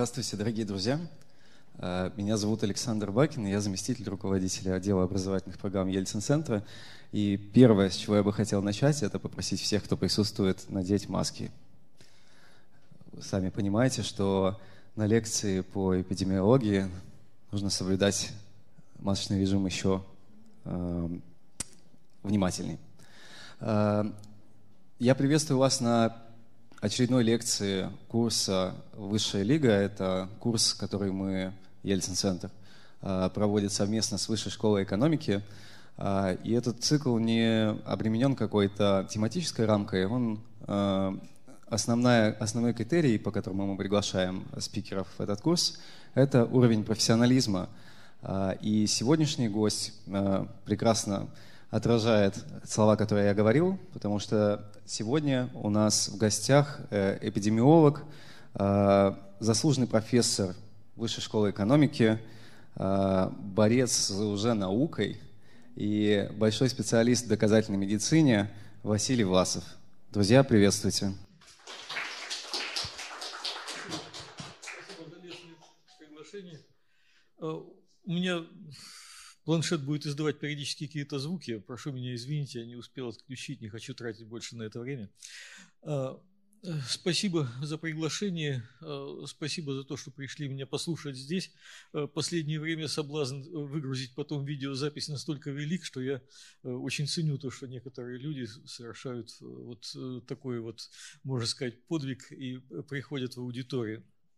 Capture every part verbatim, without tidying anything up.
Здравствуйте, дорогие друзья. Меня зовут Александр Бакин, я заместитель руководителя отдела образовательных программ Ельцин-центра. И первое, с чего я бы хотел начать, это попросить всех, кто присутствует, надеть маски. Вы сами понимаете, что на лекции по эпидемиологии нужно соблюдать масочный режим еще э, внимательней. Э, я приветствую вас на очередной лекции курса «Высшая лига». Это курс, который мы, Ельцин-центр, проводит совместно с Высшей школой экономики. И этот цикл не обременен какой-то тематической рамкой. Он основная, основной критерий, по которому мы приглашаем спикеров в этот курс, это уровень профессионализма. И сегодняшний гость прекрасно отражает слова, которые я говорил, потому что сегодня у нас в гостях эпидемиолог, заслуженный профессор Высшей школы экономики, борец за уже наукой и большой специалист в доказательной медицине Василий Власов. Друзья, приветствуйте. Спасибо за лестное приглашение. У меня планшет будет издавать периодически какие-то звуки. Прошу меня извинить, я не успел отключить, не хочу тратить больше на это время. Спасибо за приглашение, спасибо за то, что пришли меня послушать здесь. Последнее время соблазн выгрузить потом видеозапись настолько велик, что я очень ценю то, что некоторые люди совершают вот такой вот, можно сказать, подвиг и приходят в аудиторию.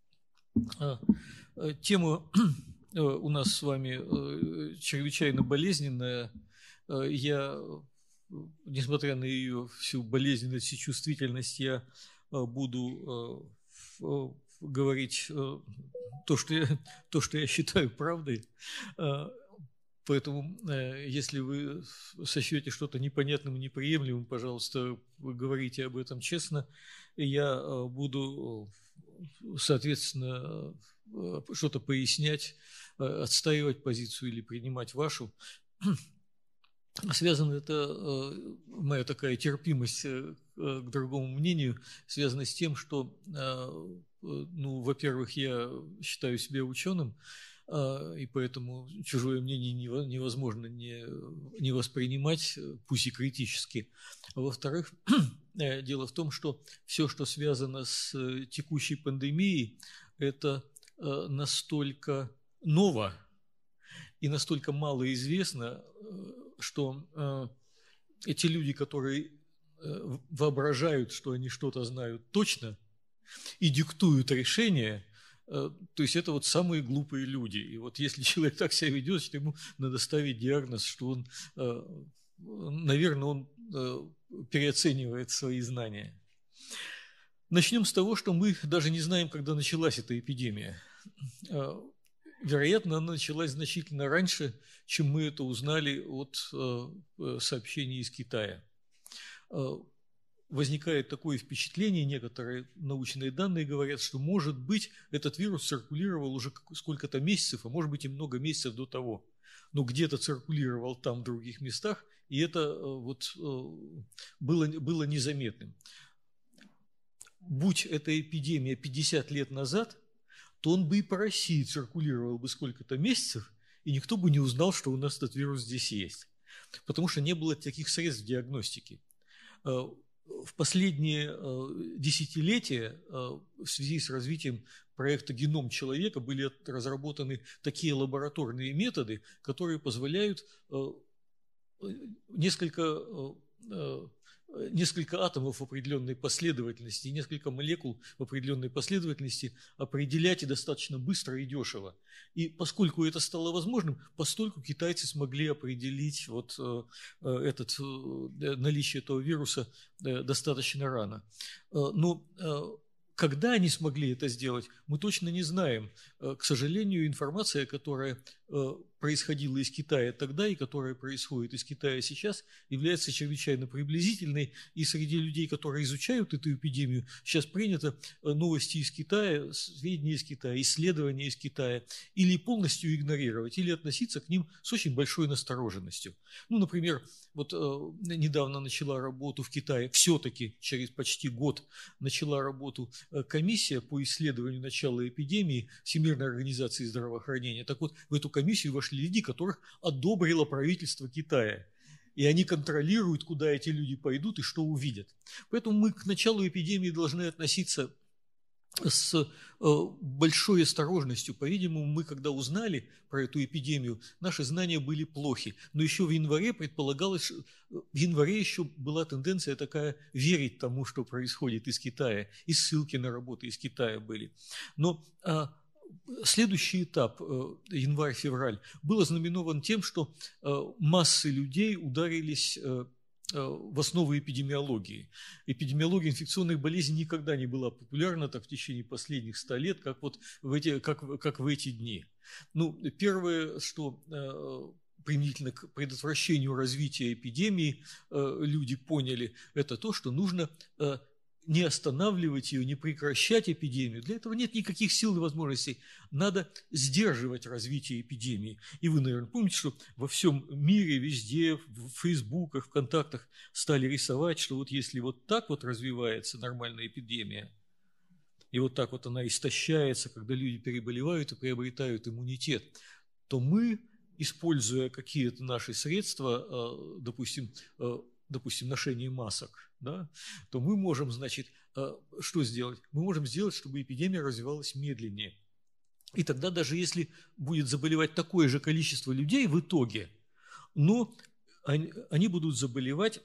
Тема у нас с вами чрезвычайно болезненная. Я, несмотря на ее всю болезненность и чувствительность, я буду говорить то, что я, то, что я считаю правдой. Поэтому, если вы сочтете что-то непонятным и неприемлемым, пожалуйста, вы говорите об этом честно, и я буду, соответственно, что-то пояснять, отстаивать позицию или принимать вашу. Связано это, моя такая терпимость к другому мнению, связана с тем, что, ну, во-первых, я считаю себя ученым, и поэтому чужое мнение невозможно не, не воспринимать, пусть и критически. А во-вторых, дело в том, что все, что связано с текущей пандемией, это настолько ново и настолько мало известно, что э, эти люди, которые э, воображают, что они что-то знают точно и диктуют решения, э, то есть это вот самые глупые люди. И вот если человек так себя ведет, то ему надо ставить диагноз, что он, э, наверное, он э, переоценивает свои знания. Начнем с того, что мы даже не знаем, когда началась эта эпидемия. Вероятно, она началась значительно раньше, чем мы это узнали от э, сообщений из Китая. Э, возникает такое впечатление, некоторые научные данные говорят, что, может быть, этот вирус циркулировал уже сколько-то месяцев, а может быть и много месяцев до того. Но где-то циркулировал там, в других местах, и это э, вот, э, было, было незаметным. Будь эта эпидемия пятьдесят лет назад, то он бы и по России циркулировал бы сколько-то месяцев, и никто бы не узнал, что у нас этот вирус здесь есть. Потому что не было таких средств диагностики. В последние десятилетия в связи с развитием проекта «Геном человека» были разработаны такие лабораторные методы, которые позволяют несколько... несколько атомов в определенной последовательности, несколько молекул в определенной последовательности определять и достаточно быстро и дешево. И поскольку это стало возможным, постольку китайцы смогли определить вот этот, наличие этого вируса достаточно рано. Но когда они смогли это сделать, мы точно не знаем. К сожалению, информация, которая происходила из Китая тогда и которая происходит из Китая сейчас, является чрезвычайно приблизительной. И среди людей, которые изучают эту эпидемию, сейчас принято новости из Китая, сведения из Китая, исследования из Китая или полностью игнорировать, или относиться к ним с очень большой настороженностью. Ну, например, вот э, недавно начала работу в Китае, все-таки через почти год начала работу э, комиссия по исследованию начала эпидемии Всемирной организации здравоохранения. Так вот, в эту комиссию вошли люди, которых одобрило правительство Китая. И они контролируют, куда эти люди пойдут и что увидят. Поэтому мы к началу эпидемии должны относиться с большой осторожностью. По-видимому, мы, когда узнали про эту эпидемию, наши знания были плохи. Но еще в январе предполагалось, в январе еще была тенденция такая верить тому, что происходит из Китая, и ссылки на работы из Китая были. Но а, следующий этап, январь-февраль, был ознаменован тем, что массы людей ударились в основу эпидемиологии. Эпидемиология инфекционных болезней никогда не была популярна так в течение последних ста лет, как, вот в эти, как, как в эти дни. Ну, первое, что э, применительно к предотвращению развития эпидемии э, люди поняли, это то, что нужно э, не останавливать ее, не прекращать эпидемию. Для этого нет никаких сил и возможностей. Надо сдерживать развитие эпидемии. И вы, наверное, помните, что во всем мире, везде, в Фейсбуках, ВКонтактах стали рисовать, что вот если вот так вот развивается нормальная эпидемия, и вот так вот она истощается, когда люди переболевают и приобретают иммунитет, то мы, используя какие-то наши средства, допустим, допустим, ношение масок, да, то мы можем, значит, что сделать? Мы можем сделать, чтобы эпидемия развивалась медленнее. И тогда даже если будет заболевать такое же количество людей в итоге, но они, они будут заболевать,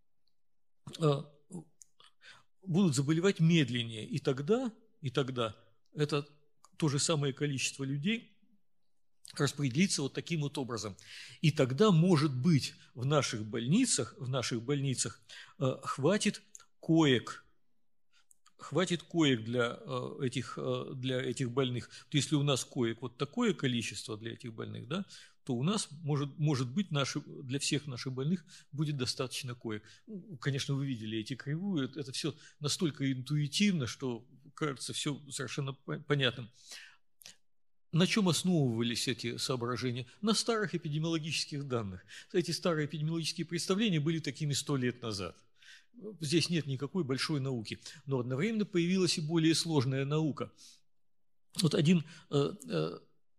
будут заболевать медленнее, и тогда, и тогда это то же самое количество людей распределиться вот таким вот образом. И тогда, может быть, в наших больницах, в наших больницах э, хватит коек, хватит коек для, э, этих, э, для этих больных. То если у нас коек вот такое количество для этих больных, да, то у нас, может, может быть, наши, для всех наших больных будет достаточно коек. Ну, конечно, вы видели эти кривую, это, это все настолько интуитивно, что кажется все совершенно понятным. На чем основывались эти соображения? На старых эпидемиологических данных. Эти старые эпидемиологические представления были такими сто лет назад. Здесь нет никакой большой науки. Но одновременно появилась и более сложная наука. Вот один э, э,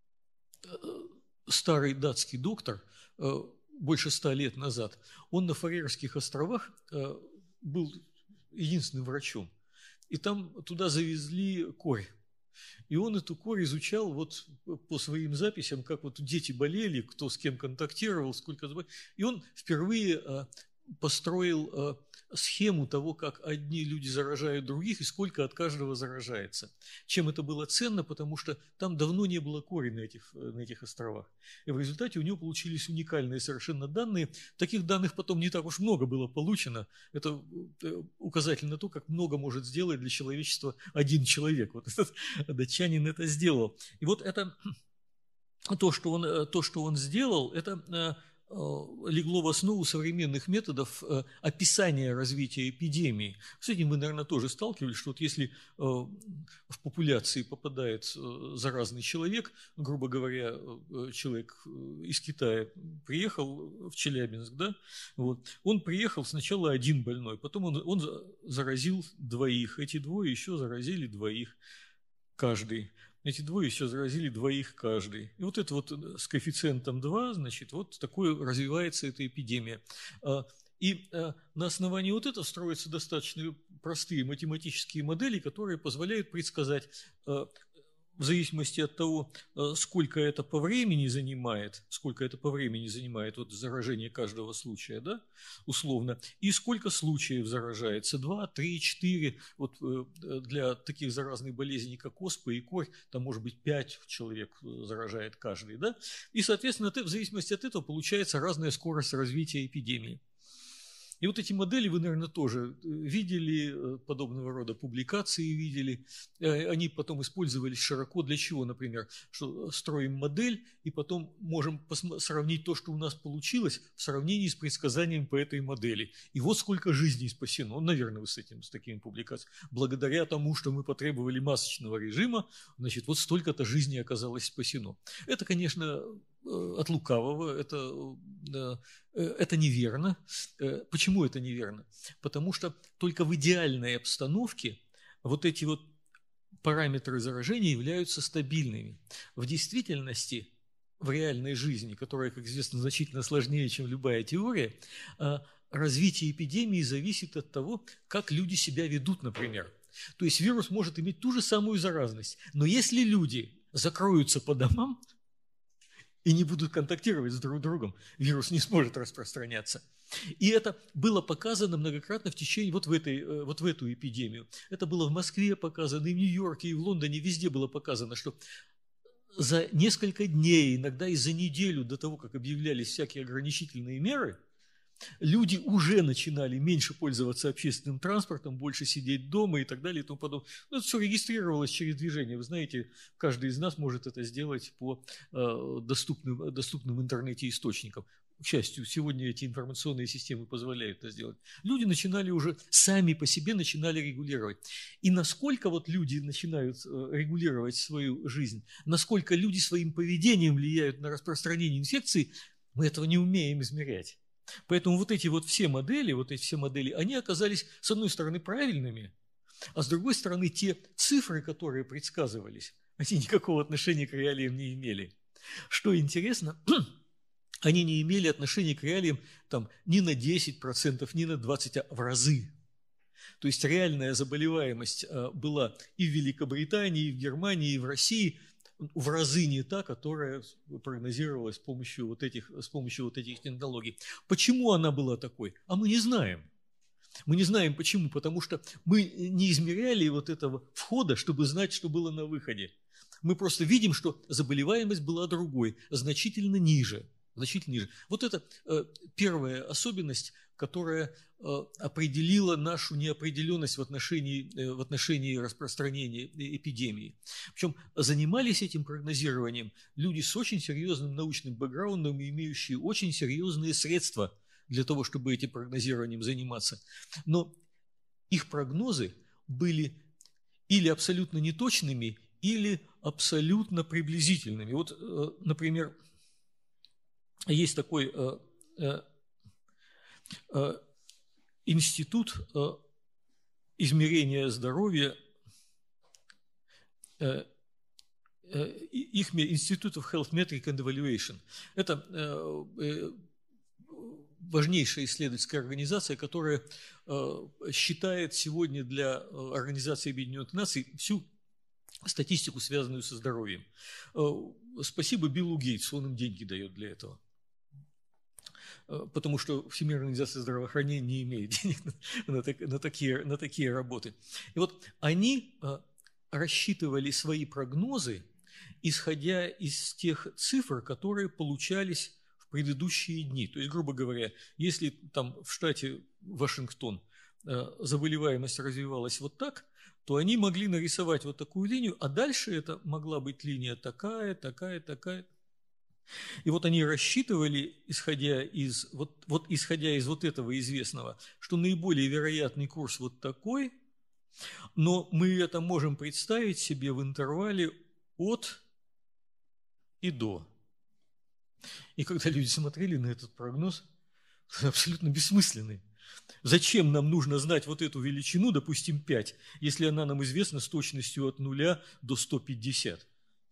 старый датский доктор, э, больше ста лет назад, он на Фарерских островах э, был единственным врачом. И там туда завезли корь. И он эту корь изучал вот по своим записям, как вот дети болели, кто с кем контактировал, сколько заболел. И он впервые построил схему того, как одни люди заражают других и сколько от каждого заражается. Чем это было ценно, потому что там давно не было кори на этих, на этих островах. И в результате у него получились уникальные совершенно данные. Таких данных потом не так уж много было получено. Это указатель на то, как много может сделать для человечества один человек. Вот этот датчанин это сделал. И вот это то, что он, то, что он сделал, это легло в основу современных методов описания развития эпидемии. С этим вы, наверное, тоже сталкивались, что вот если в популяции попадает заразный человек, грубо говоря, человек из Китая приехал в Челябинск, да, вот, он приехал сначала один больной, потом он, он заразил двоих, эти двое еще заразили двоих каждый. Эти двое еще заразили двоих каждый. И вот это вот с коэффициентом два, значит, вот такое развивается эта эпидемия. И на основании вот этого строятся достаточно простые математические модели, которые позволяют предсказать, в зависимости от того, сколько это по времени занимает, сколько это по времени занимает вот заражение каждого случая, да, условно, и сколько случаев заражается, два, три, четыре, вот для таких заразных болезней, как оспа и корь, там может быть пять человек заражает каждый, да, и, соответственно, в зависимости от этого получается разная скорость развития эпидемии. И вот эти модели вы, наверное, тоже видели, подобного рода публикации видели. Они потом использовались широко. Для чего, например? Что строим модель, и потом можем сравнить то, что у нас получилось, в сравнении с предсказанием по этой модели. И вот сколько жизней спасено. Наверное, вы с этим, с такими публикациями. Благодаря тому, что мы потребовали масочного режима, значит, вот столько-то жизней оказалось спасено. Это, конечно, от лукавого, это, это неверно. Почему это неверно? Потому что только в идеальной обстановке вот эти вот параметры заражения являются стабильными. В действительности, в реальной жизни, которая, как известно, значительно сложнее, чем любая теория, развитие эпидемии зависит от того, как люди себя ведут, например. То есть вирус может иметь ту же самую заразность, но если люди закроются по домам и не будут контактировать с друг другом, вирус не сможет распространяться. И это было показано многократно в течение, вот в, этой, вот в эту эпидемию. Это было в Москве показано, и в Нью-Йорке, и в Лондоне, везде было показано, что за несколько дней, иногда и за неделю до того, как объявлялись всякие ограничительные меры, люди уже начинали меньше пользоваться общественным транспортом, больше сидеть дома и так далее и тому подобное. Ну, это все регистрировалось через движение. Вы знаете, каждый из нас может это сделать по э, доступным, доступным в интернете источникам. К счастью, сегодня эти информационные системы позволяют это сделать. Люди начинали уже, сами по себе начинали регулировать. И насколько вот люди начинают регулировать свою жизнь, насколько люди своим поведением влияют на распространение инфекции, мы этого не умеем измерять. Поэтому вот эти вот все модели, вот эти все модели, они оказались, с одной стороны, правильными, а с другой стороны, те цифры, которые предсказывались, они никакого отношения к реалиям не имели. Что интересно, они не имели отношения к реалиям там, ни на десять процентов, ни на двадцать процентов, а в разы. То есть реальная заболеваемость была и в Великобритании, и в Германии, и в России в разы не та, которая прогнозировалась с помощью вот этих, с помощью вот этих технологий. Почему она была такой? А мы не знаем. Мы не знаем почему, потому что мы не измеряли вот этого входа, чтобы знать, что было на выходе. Мы просто видим, что заболеваемость была другой, значительно ниже. Значительно ниже. Вот это э, первая особенность, которая э, определила нашу неопределенность в отношении, э, в отношении распространения эпидемии. Причем занимались этим прогнозированием люди с очень серьезным научным бэкграундом, имеющие очень серьезные средства для того, чтобы этим прогнозированием заниматься. Но их прогнозы были или абсолютно неточными, или абсолютно приблизительными. Вот, э, например, есть такой э, э, э, институт э, измерения здоровья, э, э, их Institute of Health Metric and Evaluation. Это э, э, важнейшая исследовательская организация, которая э, считает сегодня для Организации Объединенных Наций всю статистику, связанную со здоровьем. Э, спасибо Биллу Гейтсу, он им деньги дает для этого. Потому что Всемирная организация здравоохранения не имеет денег на, на, на, такие, на такие работы. И вот они рассчитывали свои прогнозы, исходя из тех цифр, которые получались в предыдущие дни. То есть, грубо говоря, если там в штате Вашингтон заболеваемость развивалась вот так, то они могли нарисовать вот такую линию, а дальше это могла быть линия такая, такая, такая. И вот они рассчитывали, исходя из вот, вот, исходя из вот этого известного, что наиболее вероятный курс вот такой, но мы это можем представить себе в интервале от и до. И когда люди смотрели на этот прогноз, абсолютно бессмысленный. Зачем нам нужно знать вот эту величину, допустим, пять, если она нам известна с точностью от нуля до ста пятидесяти?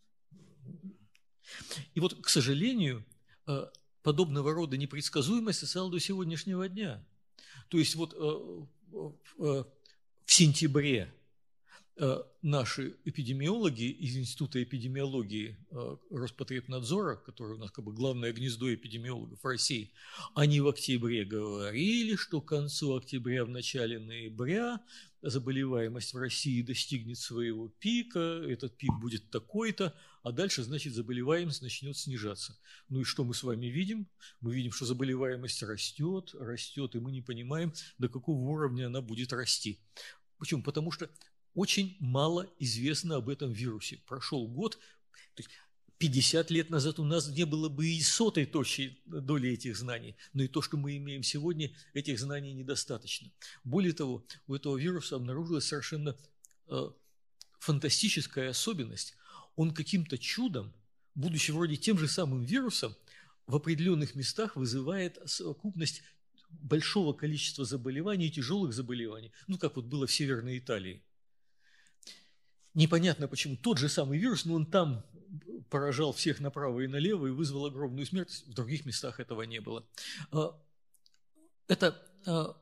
И вот, к сожалению, подобного рода непредсказуемость осталась до сегодняшнего дня. То есть вот в сентябре наши эпидемиологи из Института эпидемиологии Роспотребнадзора, который у нас как бы главное гнездо эпидемиологов в России, они в октябре говорили, что к концу октября, в начале ноября заболеваемость в России достигнет своего пика, этот пик будет такой-то, а дальше, значит, заболеваемость начнет снижаться. Ну и что мы с вами видим? Мы видим, что заболеваемость растет, растет, и мы не понимаем, до какого уровня она будет расти. Почему? Потому что очень мало известно об этом вирусе. Прошел год, то есть пятьдесят лет назад у нас не было бы и сотой точной доли этих знаний, но и то, что мы имеем сегодня, этих знаний недостаточно. Более того, у этого вируса обнаружилась совершенно э, фантастическая особенность. Он каким-то чудом, будучи вроде тем же самым вирусом, в определенных местах вызывает совокупность большого количества заболеваний и тяжелых заболеваний, ну, как вот было в Северной Италии. Непонятно почему. Тот же самый вирус, но он там поражал всех направо и налево и вызвал огромную смертность. В других местах этого не было. Это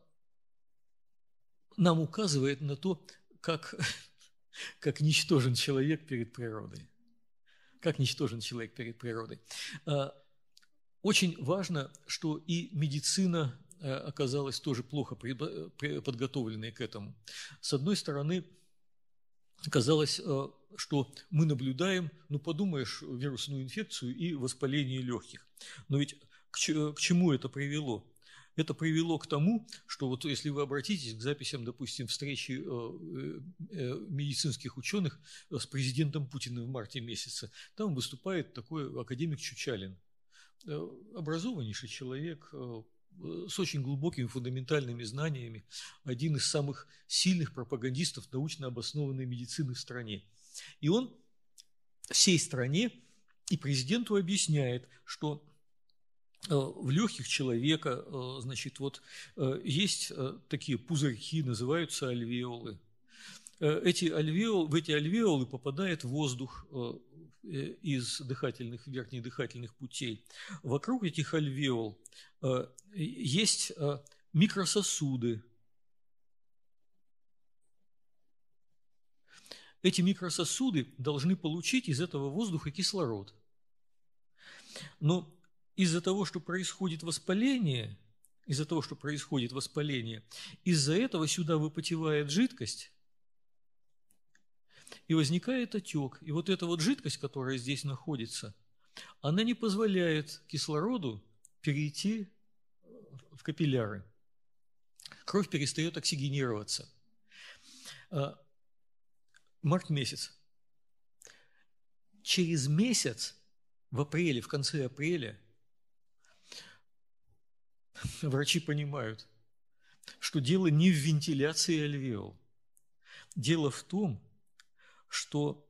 нам указывает на то, как, как ничтожен человек перед природой. Как ничтожен человек перед природой. Очень важно, что и медицина оказалась тоже плохо подготовленной к этому. С одной стороны, оказалось, что мы наблюдаем, ну, подумаешь, вирусную инфекцию и воспаление легких. Но ведь к чему это привело? Это привело к тому, что вот если вы обратитесь к записям, допустим, встречи медицинских ученых с президентом Путиным в марте месяце, там выступает такой академик Чучалин, образованнейший человек, с очень глубокими фундаментальными знаниями, один из самых сильных пропагандистов научно обоснованной медицины в стране. И он всей стране и президенту объясняет, что в легких человека, значит, вот есть такие пузырьки, называются альвеолы. Эти альвеолы, в эти альвеолы попадает воздух из дыхательных, верхних дыхательных путей. Вокруг этих альвеол есть микрососуды. Эти микрососуды должны получить из этого воздуха кислород. Но из-за того, что происходит воспаление, из-за того, что происходит воспаление, из-за этого сюда выпотевает жидкость, и возникает отек. И вот эта вот жидкость, которая здесь находится, она не позволяет кислороду перейти в капилляры. Кровь перестает оксигенироваться. Март месяц. Через месяц, в апреле, в конце апреля, врачи понимают, что дело не в вентиляции альвеол. Дело в том, что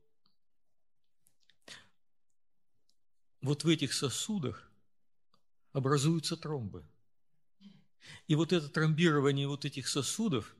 вот в этих сосудах образуются тромбы. И вот это тромбирование вот этих сосудов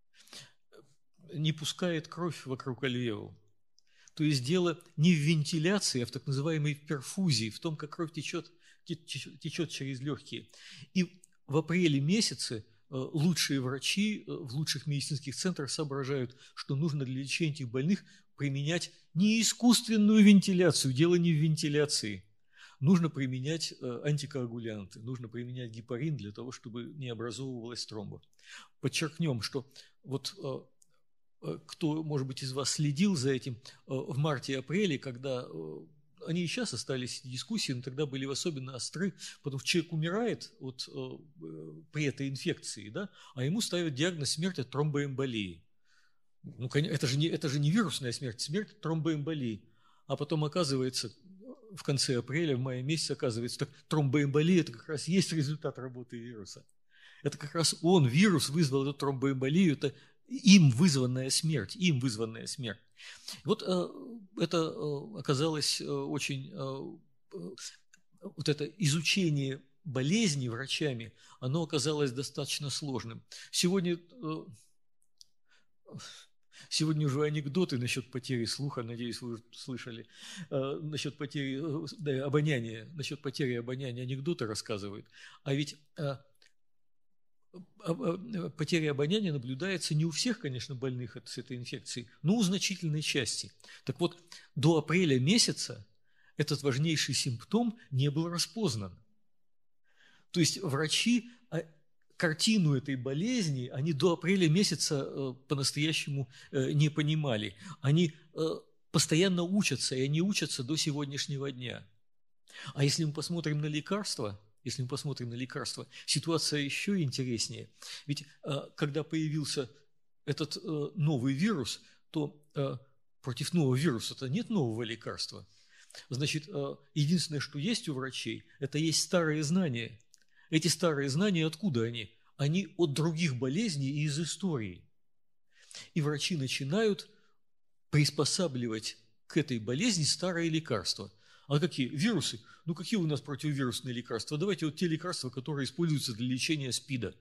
не пускает кровь вокруг альвеол. То есть дело не в вентиляции, а в так называемой перфузии, в том, как кровь течет, течет через легкие. И в апреле месяце лучшие врачи в лучших медицинских центрах соображают, что нужно для лечения этих больных применять не искусственную вентиляцию, дело не в вентиляции. Нужно применять антикоагулянты, нужно применять гепарин для того, чтобы не образовывалась тромба. Подчеркнем, что вот кто, может быть, из вас следил за этим, в марте и апреле, когда они и сейчас остались дискуссии, но тогда были особенно остры, потому что человек умирает от, при этой инфекции, да, а ему ставят диагноз смерть от тромбоэмболии. Ну, это же не, это же не вирусная смерть, смерть от тромбоэмболии. А потом оказывается, в конце апреля, в мае месяце оказывается, что тромбоэмболия – это как раз есть результат работы вируса. Это как раз он, вирус, вызвал эту тромбоэмболию, это им вызванная смерть, им вызванная смерть. Вот э, это э, оказалось э, очень, э, вот это изучение болезни врачами, оно оказалось достаточно сложным. Сегодня, э, сегодня уже анекдоты насчет потери слуха, надеюсь, вы слышали, э, насчет потери да, обоняния, насчет потери обоняния анекдоты рассказывают. А ведь э, потеря обоняния наблюдается не у всех, конечно, больных с этой инфекцией, но у значительной части. Так вот, до апреля месяца этот важнейший симптом не был распознан. То есть врачи картину этой болезни, они до апреля месяца по-настоящему не понимали. Они постоянно учатся, и они учатся до сегодняшнего дня. А если мы посмотрим на лекарства, если мы посмотрим на лекарства, ситуация еще интереснее. Ведь когда появился этот новый вирус, то против нового вируса-то нет нового лекарства. Значит, единственное, что есть у врачей, это есть старые знания. Эти старые знания откуда они? Они от других болезней и из истории. И врачи начинают приспосабливать к этой болезни старые лекарства. А какие? Вирусы? Ну, какие у нас противовирусные лекарства? Давайте вот те лекарства, которые используются для лечения СПИДа.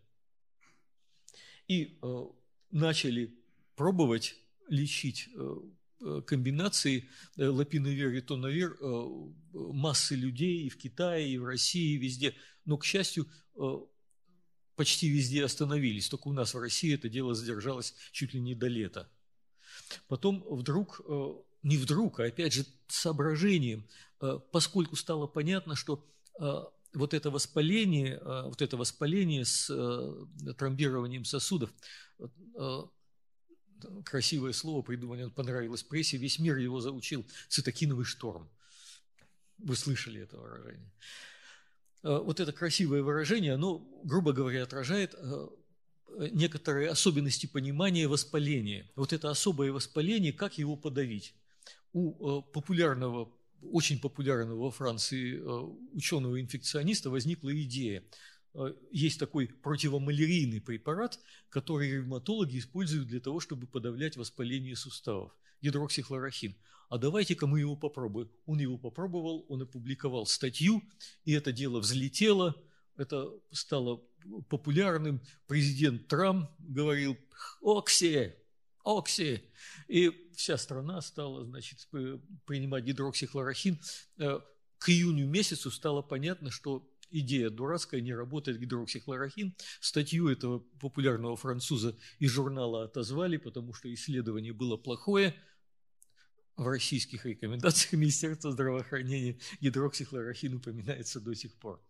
И э, начали пробовать лечить э, комбинации э, лапинавир и тонавир э, массы людей и в Китае, и в России, и везде. Но, к счастью, э, почти везде остановились. Только у нас в России это дело задержалось чуть ли не до лета. Потом вдруг, э, не вдруг, а опять же с соображением, э, поскольку стало понятно, что э, вот это воспаление, э, вот это воспаление с э, тромбированием сосудов, э, красивое слово придумано, понравилось прессе, весь мир его заучил, цитокиновый шторм. Вы слышали это выражение. Вот это красивое выражение, оно, грубо говоря, отражает некоторые особенности понимания воспаления. Вот это особое воспаление, как его подавить? У популярного, очень популярного во Франции ученого-инфекциониста возникла идея. Есть такой противомалярийный препарат, который ревматологи используют для того, чтобы подавлять воспаление суставов. Гидроксихлорохин. А давайте-ка мы его попробуем. Он его попробовал, он опубликовал статью, и это дело взлетело, это стало популярным. Президент Трамп говорил «Окси! Окси!» И вся страна стала, значит, принимать гидроксихлорохин. К июню месяцу стало понятно, что идея дурацкая, не работает гидроксихлорохин. Статью этого популярного француза из журнала отозвали, потому что исследование было плохое. В российских рекомендациях Министерства здравоохранения гидроксихлорохин упоминается до сих пор.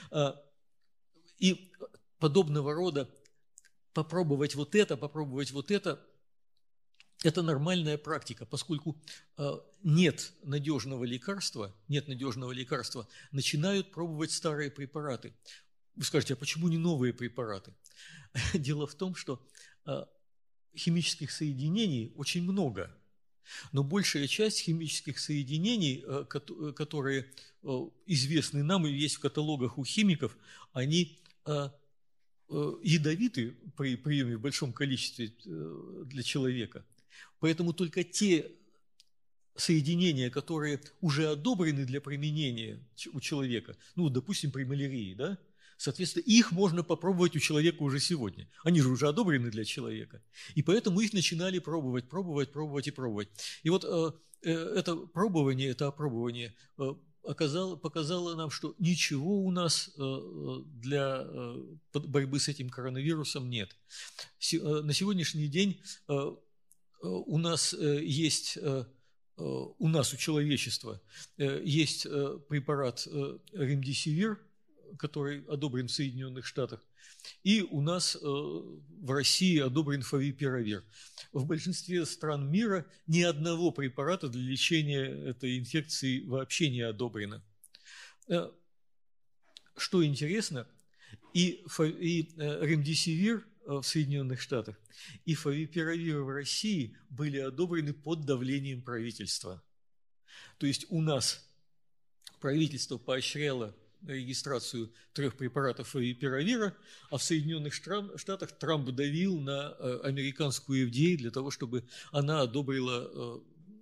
И подобного рода попробовать вот это, попробовать вот это, это нормальная практика, поскольку нет надежного лекарства, нет надежного лекарства, начинают пробовать старые препараты. Вы скажете, а почему не новые препараты? Дело в том, что химических соединений очень много, но большая часть химических соединений, которые известны нам и есть в каталогах у химиков, они ядовиты при приеме в большом количестве для человека. Поэтому только те соединения, которые уже одобрены для применения у человека, ну, допустим, при малярии, да, соответственно, их можно попробовать у человека уже сегодня. Они же уже одобрены для человека. И поэтому их начинали пробовать, пробовать, пробовать и пробовать. И вот э, это пробование, это опробование э, оказало, показало нам, что ничего у нас э, для э, борьбы с этим коронавирусом нет. С, э, на сегодняшний день э, у нас э, есть... Э, у нас, у человечества, э, есть э, препарат э, ремдисивир, который одобрен в Соединенных Штатах, и у нас э, в России одобрен фавипиравир. В большинстве стран мира ни одного препарата для лечения этой инфекции вообще не одобрено. Э, что интересно, и, и э, ремдисивир в Соединенных Штатах и фавипиравир в России были одобрены под давлением правительства. То есть у нас правительство поощряло регистрацию трех препаратов фавипиравира, а в Соединенных Штатах Трамп давил на американскую эф ди эй для того, чтобы она одобрила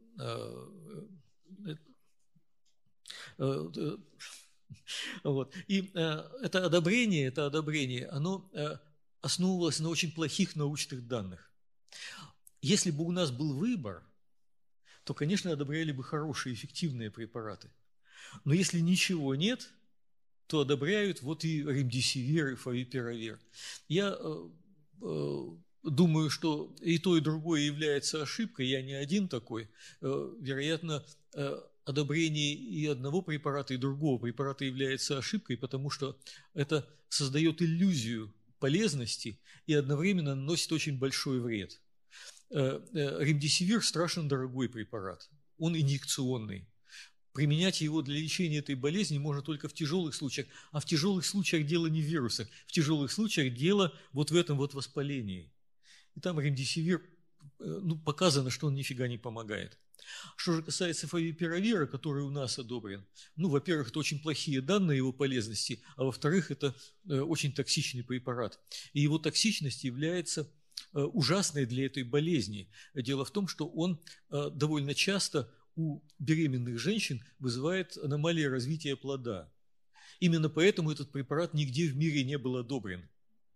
вот. И это одобрение, это одобрение, оно основывалось на очень плохих научных данных. Если бы у нас был выбор, то, конечно, одобряли бы хорошие, эффективные препараты. Но если ничего нет, то одобряют вот и ремдисивир, и фавипиравир. Я э, э, думаю, что и то, и другое является ошибкой, я не один такой. Э, вероятно, э, одобрение и одного препарата, и другого препарата является ошибкой, потому что это создает иллюзию полезности и одновременно наносит очень большой вред. Ремдисивир страшно дорогой препарат, он инъекционный. Применять его для лечения этой болезни можно только в тяжелых случаях, а в тяжелых случаях дело не в вирусах, в тяжелых случаях дело вот в этом вот воспалении. И там ремдисивир, ну, показано, что он нифига не помогает. Что же касается фавипиравира, который у нас одобрен, ну, во-первых, это очень плохие данные его полезности, а во-вторых, это очень токсичный препарат. И его токсичность является ужасной для этой болезни. Дело в том, что он довольно часто у беременных женщин вызывает аномалии развития плода. Именно поэтому этот препарат нигде в мире не был одобрен.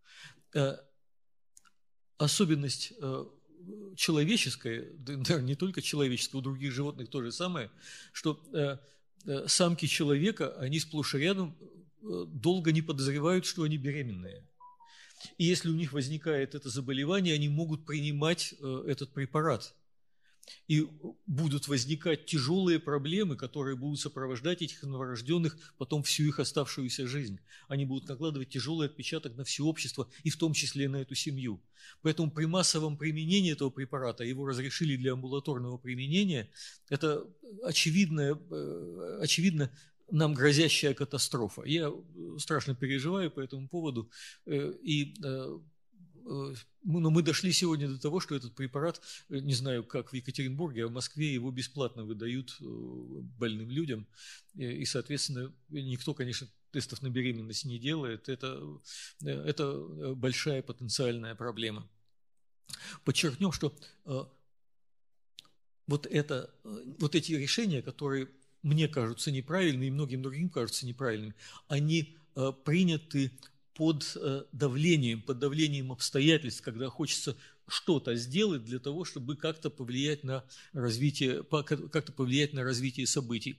Особенность человеческая, да, не только человеческая, у других животных то же самое, что самки человека, они сплошь и рядом долго не подозревают, что они беременные. И если у них возникает это заболевание, они могут принимать этот препарат. И будут возникать тяжелые проблемы, которые будут сопровождать этих новорожденных потом всю их оставшуюся жизнь. Они будут накладывать тяжелый отпечаток на все общество, и в том числе на эту семью. Поэтому при массовом применении этого препарата, его разрешили для амбулаторного применения, это очевидно, очевидно нам грозящая катастрофа. Я страшно переживаю по этому поводу, и но мы дошли сегодня до того, что этот препарат, не знаю, как в Екатеринбурге, а в Москве его бесплатно выдают больным людям. И, соответственно, никто, конечно, тестов на беременность не делает. Это, это большая потенциальная проблема. Подчеркнем, что вот, это, вот эти решения, которые мне кажутся неправильными и многим другим кажутся неправильными, они приняты под давлением, под давлением обстоятельств, когда хочется что-то сделать для того, чтобы как-то повлиять на развитие, как-то повлиять на развитие событий.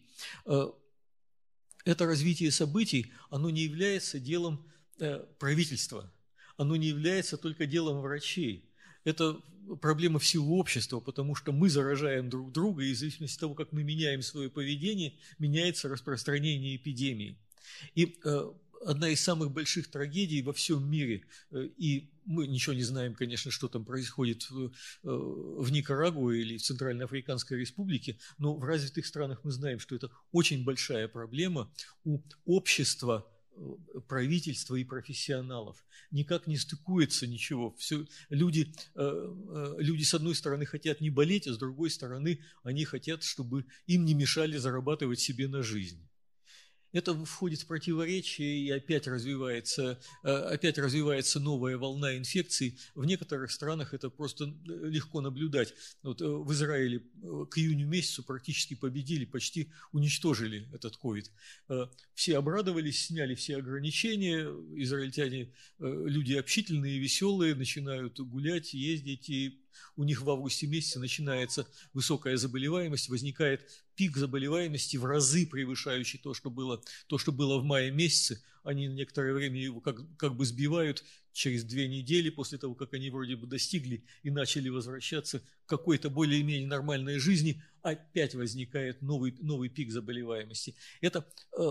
Это развитие событий, оно не является делом правительства, оно не является только делом врачей. Это проблема всего общества, потому что мы заражаем друг друга, и в зависимости от того, как мы меняем свое поведение, меняется распространение эпидемии. И одна из самых больших трагедий во всем мире, и мы ничего не знаем, конечно, что там происходит в, в Никарагуа или в Центральноафриканской Республике, но в развитых странах мы знаем, что это очень большая проблема у общества, правительства и профессионалов. Никак не стыкуется ничего. Все, люди, люди, с одной стороны, хотят не болеть, а с другой стороны, они хотят, чтобы им не мешали зарабатывать себе на жизнь. Это входит в противоречие, и опять развивается, опять развивается новая волна инфекций. В некоторых странах это просто легко наблюдать. Вот в Израиле к июню месяцу практически победили, почти уничтожили этот ковид. Все обрадовались, сняли все ограничения. Израильтяне люди общительные, веселые, начинают гулять, ездить, и у них в августе месяце начинается высокая заболеваемость, возникает пик заболеваемости в разы превышающий то, что было, то, что было в мае месяце. Они на некоторое время его как, как бы сбивают. Через две недели после того, как они вроде бы достигли и начали возвращаться к какой-то более-менее нормальной жизни, опять возникает новый, новый пик заболеваемости. Это...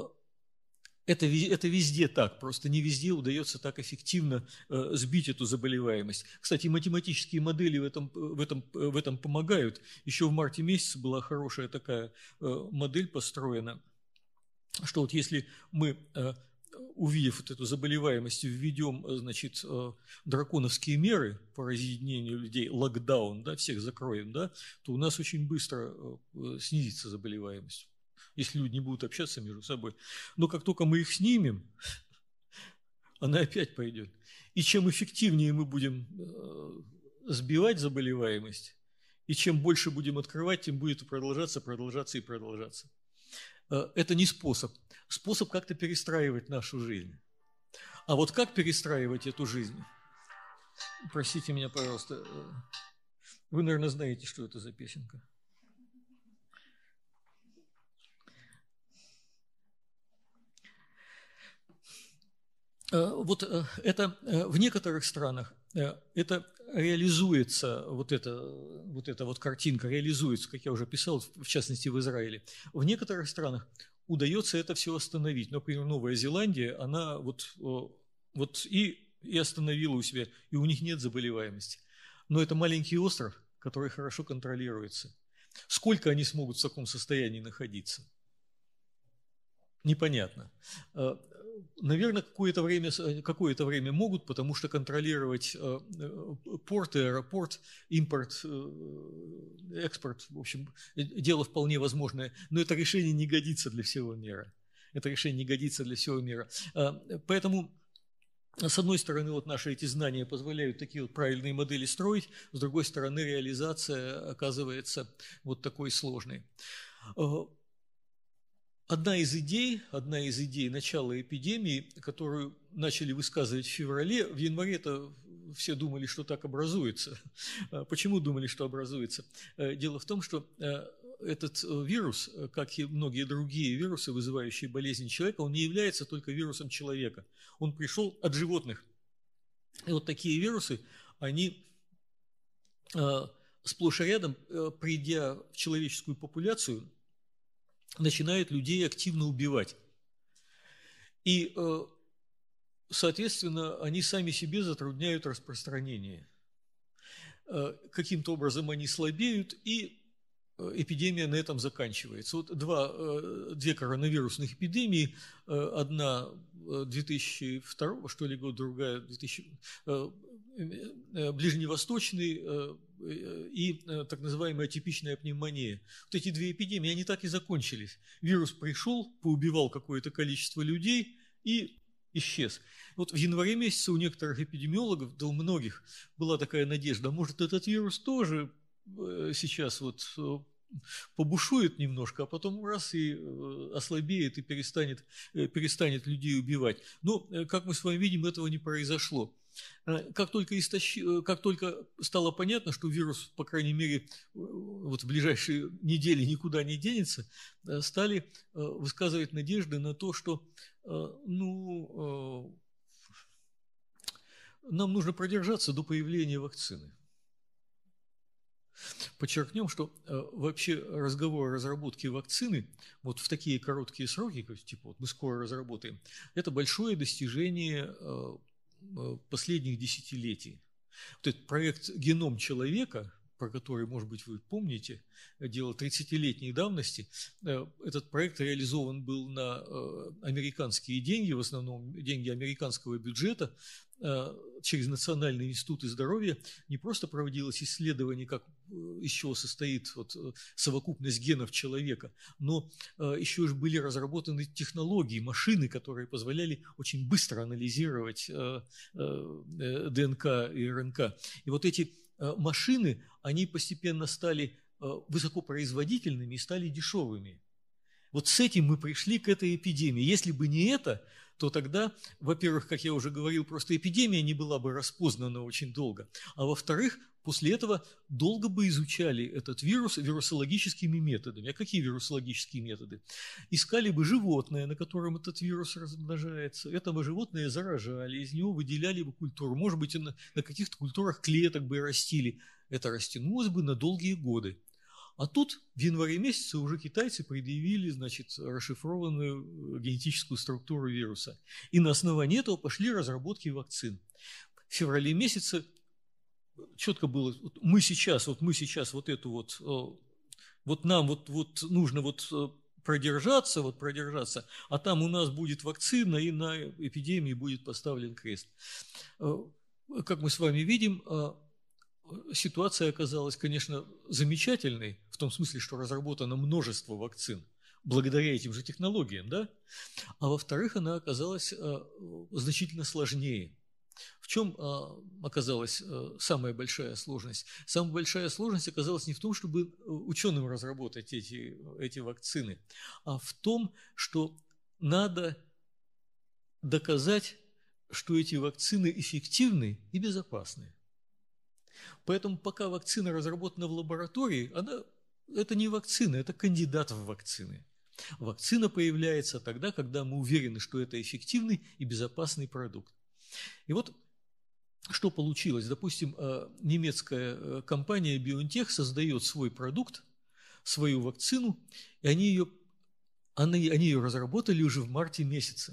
Это, это везде так, просто не везде удается так эффективно э, сбить эту заболеваемость. Кстати, математические модели в этом, в этом, в этом помогают. Еще в марте месяце была хорошая такая э, модель построена, что вот если мы, э, увидев вот эту заболеваемость, введем, значит, э, драконовские меры по разъединению людей, локдаун, да, всех закроем, да, то у нас очень быстро э, снизится заболеваемость, если люди не будут общаться между собой. Но как только мы их снимем, она опять пойдет. И чем эффективнее мы будем сбивать заболеваемость, и чем больше будем открывать, тем будет продолжаться, продолжаться и продолжаться. Это не способ. Способ как-то перестраивать нашу жизнь. А вот как перестраивать эту жизнь? Простите меня, пожалуйста. Вы, наверное, знаете, что это за песенка. Вот это в некоторых странах это реализуется, вот эта вот, эта вот картинка реализуется, как я уже писал, в частности в Израиле. В некоторых странах удается это все остановить. Например, Новая Зеландия, она вот, вот и, и остановила у себя, и у них нет заболеваемости. Но это маленький остров, который хорошо контролируется. Сколько они смогут в таком состоянии находиться? Непонятно. Наверное, какое-то время, какое-то время могут, потому что контролировать порты, аэропорт, импорт, экспорт, в общем, дело вполне возможное, но это решение не годится для всего мира. Это решение не годится для всего мира. Поэтому, с одной стороны, вот наши эти знания позволяют такие вот правильные модели строить, с другой стороны, реализация оказывается вот такой сложной. Одна из идей, одна из идей начала эпидемии, которую начали высказывать в феврале, в январе-то все думали, что так образуется. Почему думали, что образуется? Дело в том, что этот вирус, как и многие другие вирусы, вызывающие болезни человека, он не является только вирусом человека. Он пришел от животных. И вот такие вирусы, они сплошь и рядом, придя в человеческую популяцию, начинают людей активно убивать. И, соответственно, они сами себе затрудняют распространение. Каким-то образом они слабеют, и эпидемия на этом заканчивается. Вот два, две коронавирусных эпидемии, одна две тысячи второго, что ли, год, другая две тысячи ближневосточный и так называемая атипичная пневмония. Вот эти две эпидемии, они так и закончились. Вирус пришел, поубивал какое-то количество людей и исчез. Вот в январе месяце у некоторых эпидемиологов, да у многих, была такая надежда, может, этот вирус тоже сейчас вот побушует немножко, а потом раз и ослабеет и перестанет, перестанет людей убивать. Но, как мы с вами видим, этого не произошло. Как только, истощи... как только стало понятно, что вирус, по крайней мере, вот в ближайшие недели никуда не денется, стали высказывать надежды на то, что ну, нам нужно продержаться до появления вакцины. Подчеркнем, что э, вообще разговор о разработке вакцины вот в такие короткие сроки, как, типа вот мы скоро разработаем, это большое достижение э, последних десятилетий. Вот этот проект «Геном человека», про который, может быть, вы помните, дело тридцатилетней давности, э, этот проект реализован был на э, американские деньги, в основном деньги американского бюджета, через Национальные институты здоровья. Не просто проводилось исследование, как, из чего состоит вот совокупность генов человека, но еще же были разработаны технологии, машины, которые позволяли очень быстро анализировать ДНК и РНК. И вот эти машины, они постепенно стали высокопроизводительными и стали дешевыми. Вот с этим мы пришли к этой эпидемии. Если бы не это, то тогда, во-первых, как я уже говорил, просто эпидемия не была бы распознана очень долго. А во-вторых, после этого долго бы изучали этот вирус вирусологическими методами. А какие вирусологические методы? Искали бы животное, на котором этот вирус размножается. Этого животное заражали, из него выделяли бы культуру. Может быть, на, на каких-то культурах клеток бы растили. Это растянулось бы на долгие годы. А тут в январе месяце уже китайцы предъявили, значит, расшифрованную генетическую структуру вируса. И на основании этого пошли разработки вакцин. В феврале месяце четко было, мы сейчас, вот мы сейчас вот эту вот, вот нам вот, вот нужно вот продержаться, вот продержаться, а там у нас будет вакцина, и на эпидемии будет поставлен крест. Как мы с вами видим, ситуация оказалась, конечно, замечательной, в том смысле, что разработано множество вакцин благодаря этим же технологиям, да? А во-вторых, она оказалась а, значительно сложнее. В чем а, оказалась а, самая большая сложность? Самая большая сложность оказалась не в том, чтобы ученым разработать эти, эти вакцины, а в том, что надо доказать, что эти вакцины эффективны и безопасны. Поэтому пока вакцина разработана в лаборатории, она, это не вакцина, это кандидат в вакцины. Вакцина появляется тогда, когда мы уверены, что это эффективный и безопасный продукт. И вот что получилось. Допустим, немецкая компания BioNTech создает свой продукт, свою вакцину, и они ее, они, они ее разработали уже в марте месяце.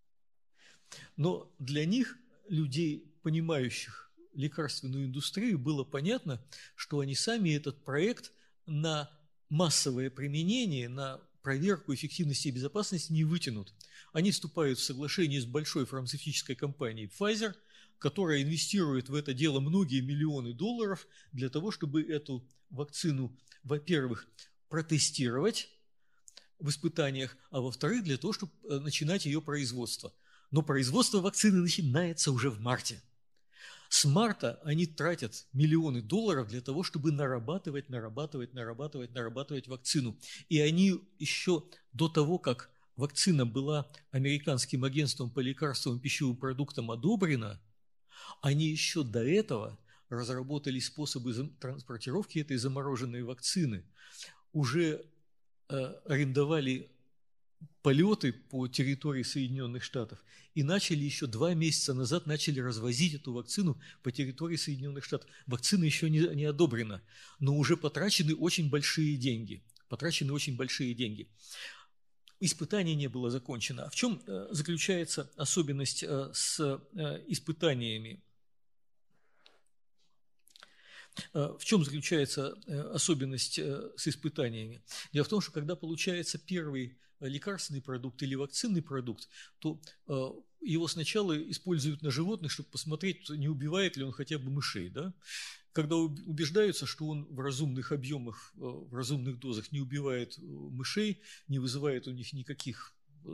Но для них, людей, понимающих лекарственную индустрию, было понятно, что они сами этот проект на массовое применение, на проверку эффективности и безопасности не вытянут. Они вступают в соглашение с большой фармацевтической компанией Pfizer, которая инвестирует в это дело многие миллионы долларов для того, чтобы эту вакцину, во-первых, протестировать в испытаниях, а во-вторых, для того, чтобы начинать ее производство. Но производство вакцины начинается уже в марте. С марта они тратят миллионы долларов для того, чтобы нарабатывать, нарабатывать, нарабатывать, нарабатывать вакцину. И они еще до того, как вакцина была Американским агентством по лекарствам и пищевым продуктам одобрена, они еще до этого разработали способы транспортировки этой замороженной вакцины, уже э, арендовали полеты по территории Соединенных Штатов и начали еще два месяца назад начали развозить эту вакцину по территории Соединенных Штатов. Вакцина еще не, не одобрена, но уже потрачены очень большие деньги. Потрачены очень большие деньги. Испытание не было закончено. А в чем заключается особенность с испытаниями? В чем заключается особенность с испытаниями? Дело в том, что когда получается первый лекарственный продукт или вакцинный продукт, то его сначала используют на животных, чтобы посмотреть, не убивает ли он хотя бы мышей. Да? Когда убеждаются, что он в разумных объемах, в разумных дозах не убивает мышей, не вызывает у них никаких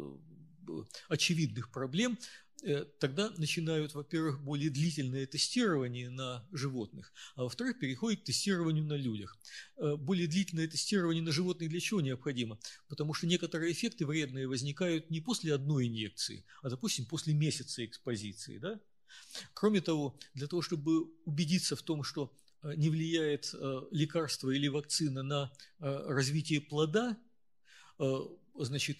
очевидных проблем, тогда начинают, во-первых, более длительное тестирование на животных, а во-вторых, переходят к тестированию на людях. Более длительное тестирование на животных для чего необходимо? Потому что некоторые эффекты вредные возникают не после одной инъекции, а, допустим, после месяца экспозиции. Да? Кроме того, для того, чтобы убедиться в том, что не влияет лекарство или вакцина на развитие плода, значит,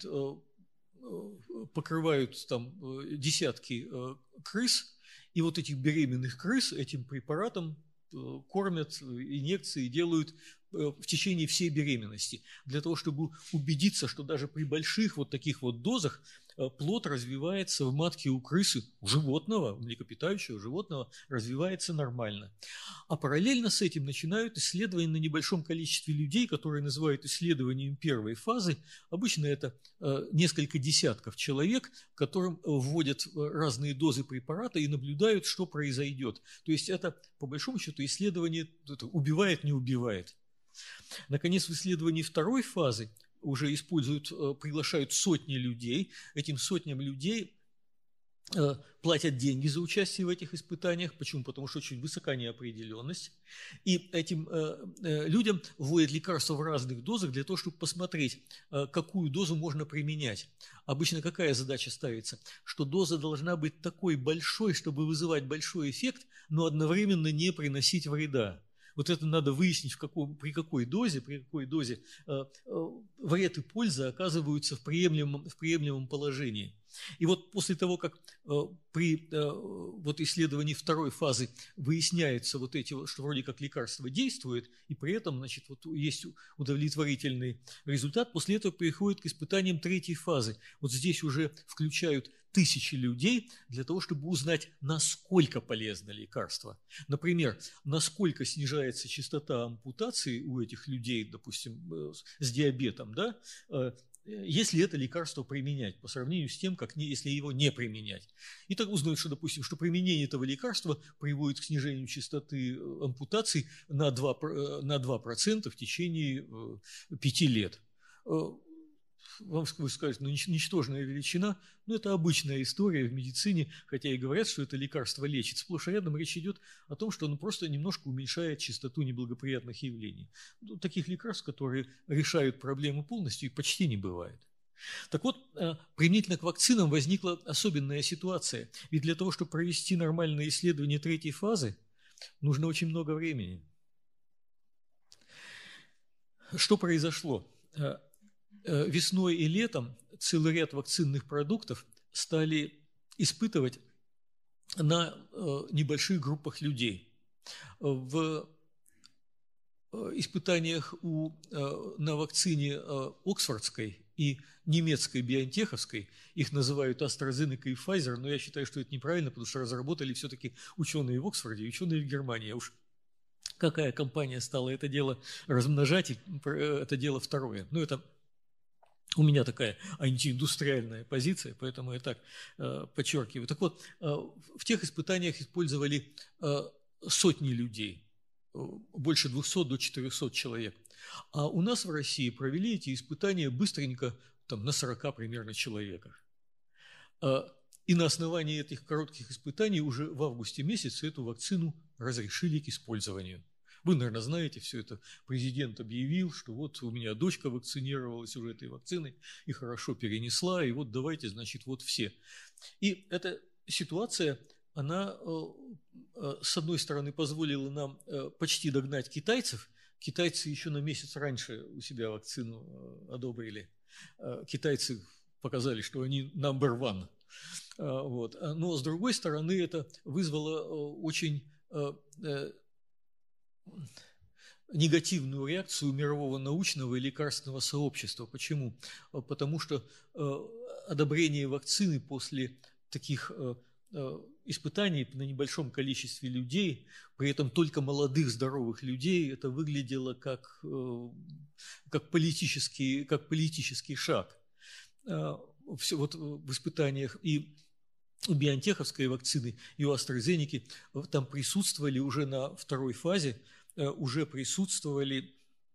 покрывают там десятки крыс, и вот этих беременных крыс этим препаратом кормят, инъекции делают в течение всей беременности, для того, чтобы убедиться, что даже при больших вот таких вот дозах плод развивается в матке у крысы, у животного, млекопитающего животного, развивается нормально. А параллельно с этим начинают исследования на небольшом количестве людей, которые называют исследованием первой фазы. Обычно это несколько десятков человек, которым вводят разные дозы препарата и наблюдают, что произойдет. То есть это, по большому счету, исследование убивает, не убивает. Наконец, в исследовании второй фазы уже используют, приглашают сотни людей. Этим сотням людей платят деньги за участие в этих испытаниях. Почему? Потому что очень высока неопределенность. И этим людям вводят лекарства в разных дозах для того, чтобы посмотреть, какую дозу можно применять. Обычно какая задача ставится? Что доза должна быть такой большой, чтобы вызывать большой эффект, но одновременно не приносить вреда. Вот это надо выяснить, в каком, при какой дозе, при какой дозе э, э, вред и польза оказываются в приемлемом, в приемлемом положении. И вот после того, как э, при э, вот исследовании второй фазы выясняется вот эти, что вроде как лекарство действует, и при этом, значит, вот есть удовлетворительный результат, после этого переходит к испытаниям третьей фазы. Вот здесь уже включают тысячи людей для того, чтобы узнать, насколько полезно лекарство. Например, насколько снижается частота ампутаций у этих людей, допустим, с диабетом, да, если это лекарство применять по сравнению с тем, как не, если его не применять. И так узнают, что, допустим, что применение этого лекарства приводит к снижению частоты ампутаций на два процента в течение пяти лет. Вам вы скажете, ну, ничтожная величина, но это обычная история в медицине, хотя и говорят, что это лекарство лечит. Сплошь и рядом речь идет о том, что оно просто немножко уменьшает частоту неблагоприятных явлений. Ну, таких лекарств, которые решают проблему полностью, и почти не бывает. Так вот, применительно к вакцинам возникла особенная ситуация. Ведь для того, чтобы провести нормальное исследование третьей фазы, нужно очень много времени. Что произошло? весной и летом целый ряд вакцинных продуктов стали испытывать на небольших группах людей. В испытаниях у, на вакцине оксфордской и немецкой биотеховской, их называют AstraZeneca и Pfizer, но я считаю, что это неправильно, потому что разработали все-таки ученые в Оксфорде и ученые в Германии. А уж какая компания стала это дело размножать, это дело второе. Ну, это у меня такая антииндустриальная позиция, поэтому я так э, подчеркиваю. Так вот, э, в тех испытаниях использовали э, сотни людей, больше двухсот до четырехсот человек. А у нас в России провели эти испытания быстренько, там, на сорока примерно человеках. И на основании этих коротких испытаний уже в августе месяце эту вакцину разрешили к использованию. Вы, наверное, знаете все это. Президент объявил, что вот у меня дочка вакцинировалась уже этой вакциной и хорошо перенесла, и вот давайте, значит, вот все. И эта ситуация, она, с одной стороны, позволила нам почти догнать китайцев. Китайцы еще на месяц раньше у себя вакцину одобрили. Китайцы показали, что они number one. Вот. Но, с другой стороны, это вызвало очень негативную реакцию мирового научного и лекарственного сообщества. Почему? Потому что одобрение вакцины после таких испытаний на небольшом количестве людей, при этом только молодых, здоровых людей, это выглядело как, как, политический, как политический шаг. Все вот в испытаниях и у биотеховской вакцины, и у AstraZeneca там присутствовали уже на второй фазе, уже присутствовали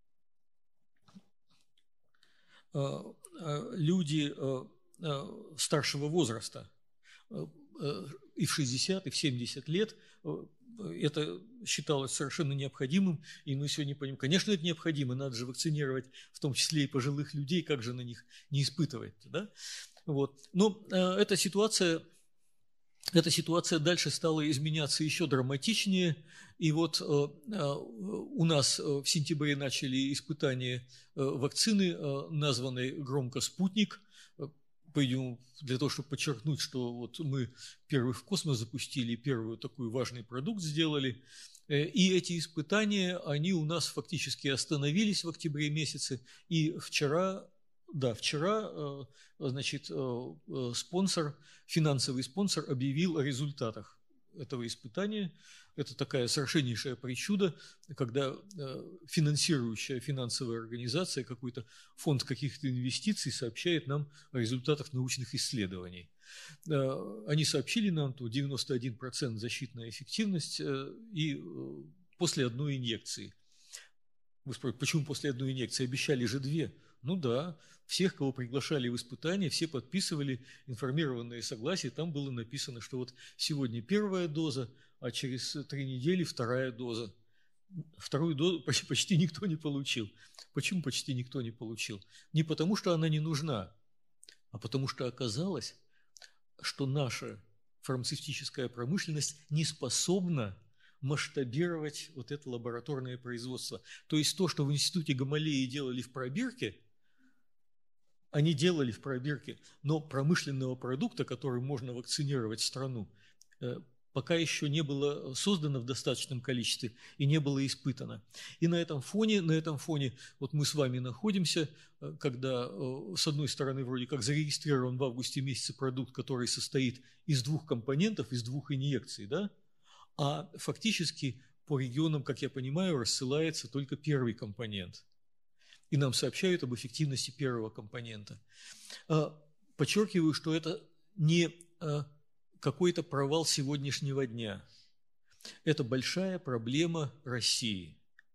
люди старшего возраста, и в шестьдесят, и в семьдесят лет. Это считалось совершенно необходимым, и мы сегодня понимаем, конечно, это необходимо, надо же вакцинировать, в том числе и пожилых людей, как же на них не испытывать, да? Вот. Но э, эта ситуация, эта ситуация дальше стала изменяться еще драматичнее, и вот э, э, у нас в сентябре начали испытания э, вакцины, э, названной громко «Спутник». Пойдем для того, чтобы подчеркнуть, что вот мы первый в космос запустили, первый такой важный продукт сделали. И эти испытания, они у нас фактически остановились в октябре месяце. И вчера, да, вчера, значит, спонсор, финансовый спонсор объявил о результатах этого испытания. Это такая совершеннейшая причуда, когда финансирующая финансовая организация, какой-то фонд каких-то инвестиций сообщает нам о результатах научных исследований. Они сообщили нам, что девяносто один процент защитная эффективность и после одной инъекции. Вы спросите, почему после одной инъекции? Обещали же две. Ну да, всех, кого приглашали в испытания, все подписывали информированные согласия. Там было написано, что вот сегодня первая доза, а через три недели вторая доза. Вторую дозу почти, почти никто не получил. Почему почти никто не получил? Не потому, что она не нужна, а потому что оказалось, что наша фармацевтическая промышленность не способна масштабировать вот это лабораторное производство. То есть то, что в институте Гамалеи делали в пробирке, они делали в пробирке, но промышленного продукта, которым можно вакцинировать страну, пока еще не было создано в достаточном количестве и не было испытано. И на этом фоне, на этом фоне вот мы с вами находимся, когда с одной стороны вроде как зарегистрирован в августе месяце продукт, который состоит из двух компонентов, из двух инъекций, да, а фактически по регионам, как я понимаю, рассылается только первый компонент. И нам сообщают об эффективности первого компонента. Подчеркиваю, что это не какой-то провал сегодняшнего дня. Это большая проблема России.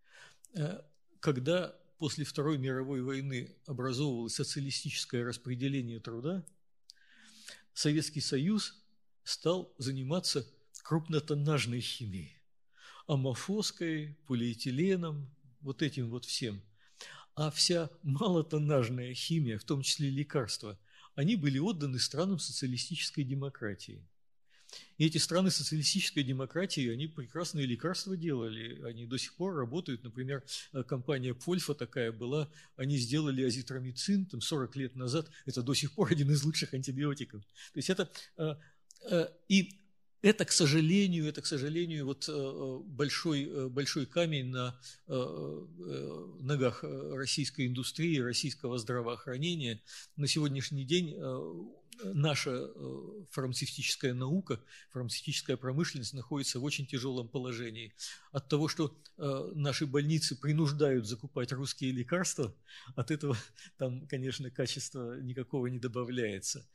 Когда после Второй мировой войны образовывалось социалистическое распределение труда, Советский Союз стал заниматься крупнотоннажной химией, аморфоской, полиэтиленом, вот этим вот всем. А вся малотоннажная химия, в том числе лекарства, они были отданы странам социалистической демократии. И эти страны социалистической демократии, они прекрасные лекарства делали, они до сих пор работают. Например, компания Пфольфа такая была, они сделали азитромицин там, сорок лет назад, это до сих пор один из лучших антибиотиков. То есть это... И это, к сожалению, это, к сожалению, вот большой, большой камень на ногах российской индустрии, российского здравоохранения. На сегодняшний день наша фармацевтическая наука, фармацевтическая промышленность находится в очень тяжелом положении. От того, что наши больницы принуждают закупать русские лекарства, от этого там, конечно, качества никакого не добавляется.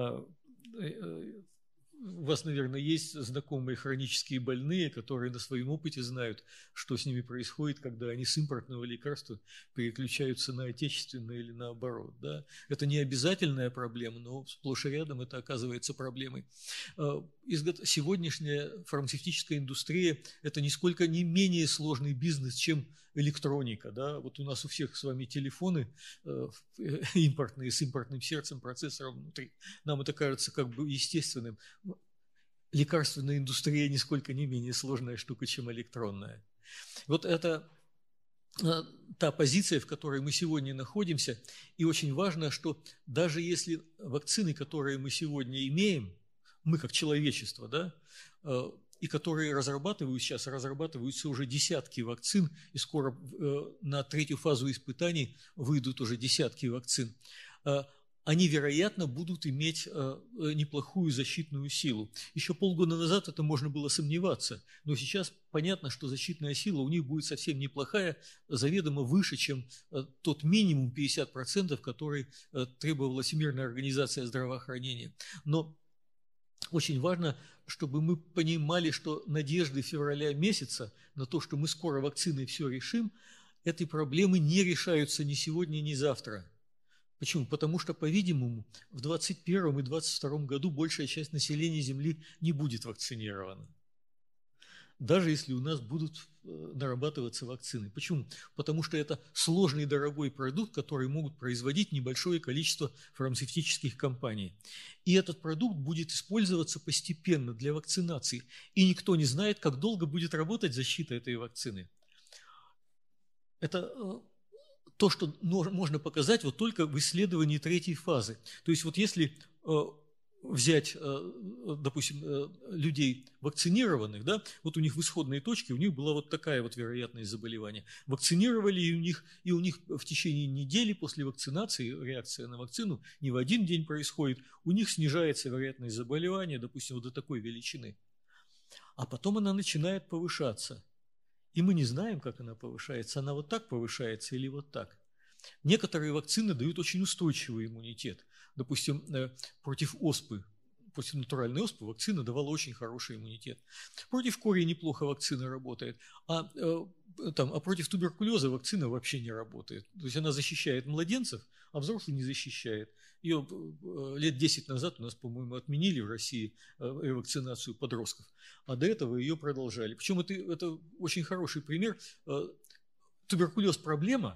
У вас, наверное, есть знакомые хронические больные, которые на своем опыте знают, что с ними происходит, когда они с импортного лекарства переключаются на отечественное или наоборот. Да? Это не обязательная проблема, но сплошь и рядом это оказывается проблемой. Сегодняшняя фармацевтическая индустрия – это нисколько не менее сложный бизнес, чем электроника. Да? Вот у нас у всех с вами телефоны импортные, с импортным сердцем, процессором внутри. Нам это кажется как бы естественным. Лекарственная индустрия нисколько не менее сложная штука, чем электронная. Вот это та позиция, в которой мы сегодня находимся. И очень важно, что даже если вакцины, которые мы сегодня имеем, мы как человечество, да, и которые разрабатывают сейчас, разрабатываются уже десятки вакцин, и скоро на третью фазу испытаний выйдут уже десятки вакцин, они, вероятно, будут иметь неплохую защитную силу. Еще полгода назад это можно было сомневаться, но сейчас понятно, что защитная сила у них будет совсем неплохая, заведомо выше, чем тот минимум пятьдесят процентов, который требовала Всемирная организация здравоохранения. Но очень важно, чтобы мы понимали, что надежды февраля месяца на то, что мы скоро вакциной все решим, эти проблемы не решаются ни сегодня, ни завтра. Почему? Потому что, по-видимому, в двадцать первом и двадцать втором году большая часть населения Земли не будет вакцинирована. Даже если у нас будут нарабатываться вакцины. Почему? Потому что это сложный и дорогой продукт, который могут производить небольшое количество фармацевтических компаний. И этот продукт будет использоваться постепенно для вакцинации. И никто не знает, как долго будет работать защита этой вакцины. Это то, что можно показать вот только в исследовании третьей фазы. То есть вот если взять, допустим, людей вакцинированных, да, вот у них в исходной точке, у них была вот такая вот вероятность заболевания. Вакцинировали и у них, и у них в течение недели после вакцинации, реакция на вакцину не в один день происходит, у них снижается вероятность заболевания, допустим, вот до такой величины. А потом она начинает повышаться. И мы не знаем, как она повышается, она вот так повышается или вот так. Некоторые вакцины дают очень устойчивый иммунитет. Допустим, против оспы, против натуральной оспы вакцина давала очень хороший иммунитет. Против кори неплохо вакцина работает, а, там, а против туберкулеза вакцина вообще не работает. То есть она защищает младенцев, а взрослых не защищает. Ее лет десять назад у нас, по-моему, отменили в России ревакцинацию подростков, а до этого ее продолжали. Причем это, это очень хороший пример. Туберкулез – проблема.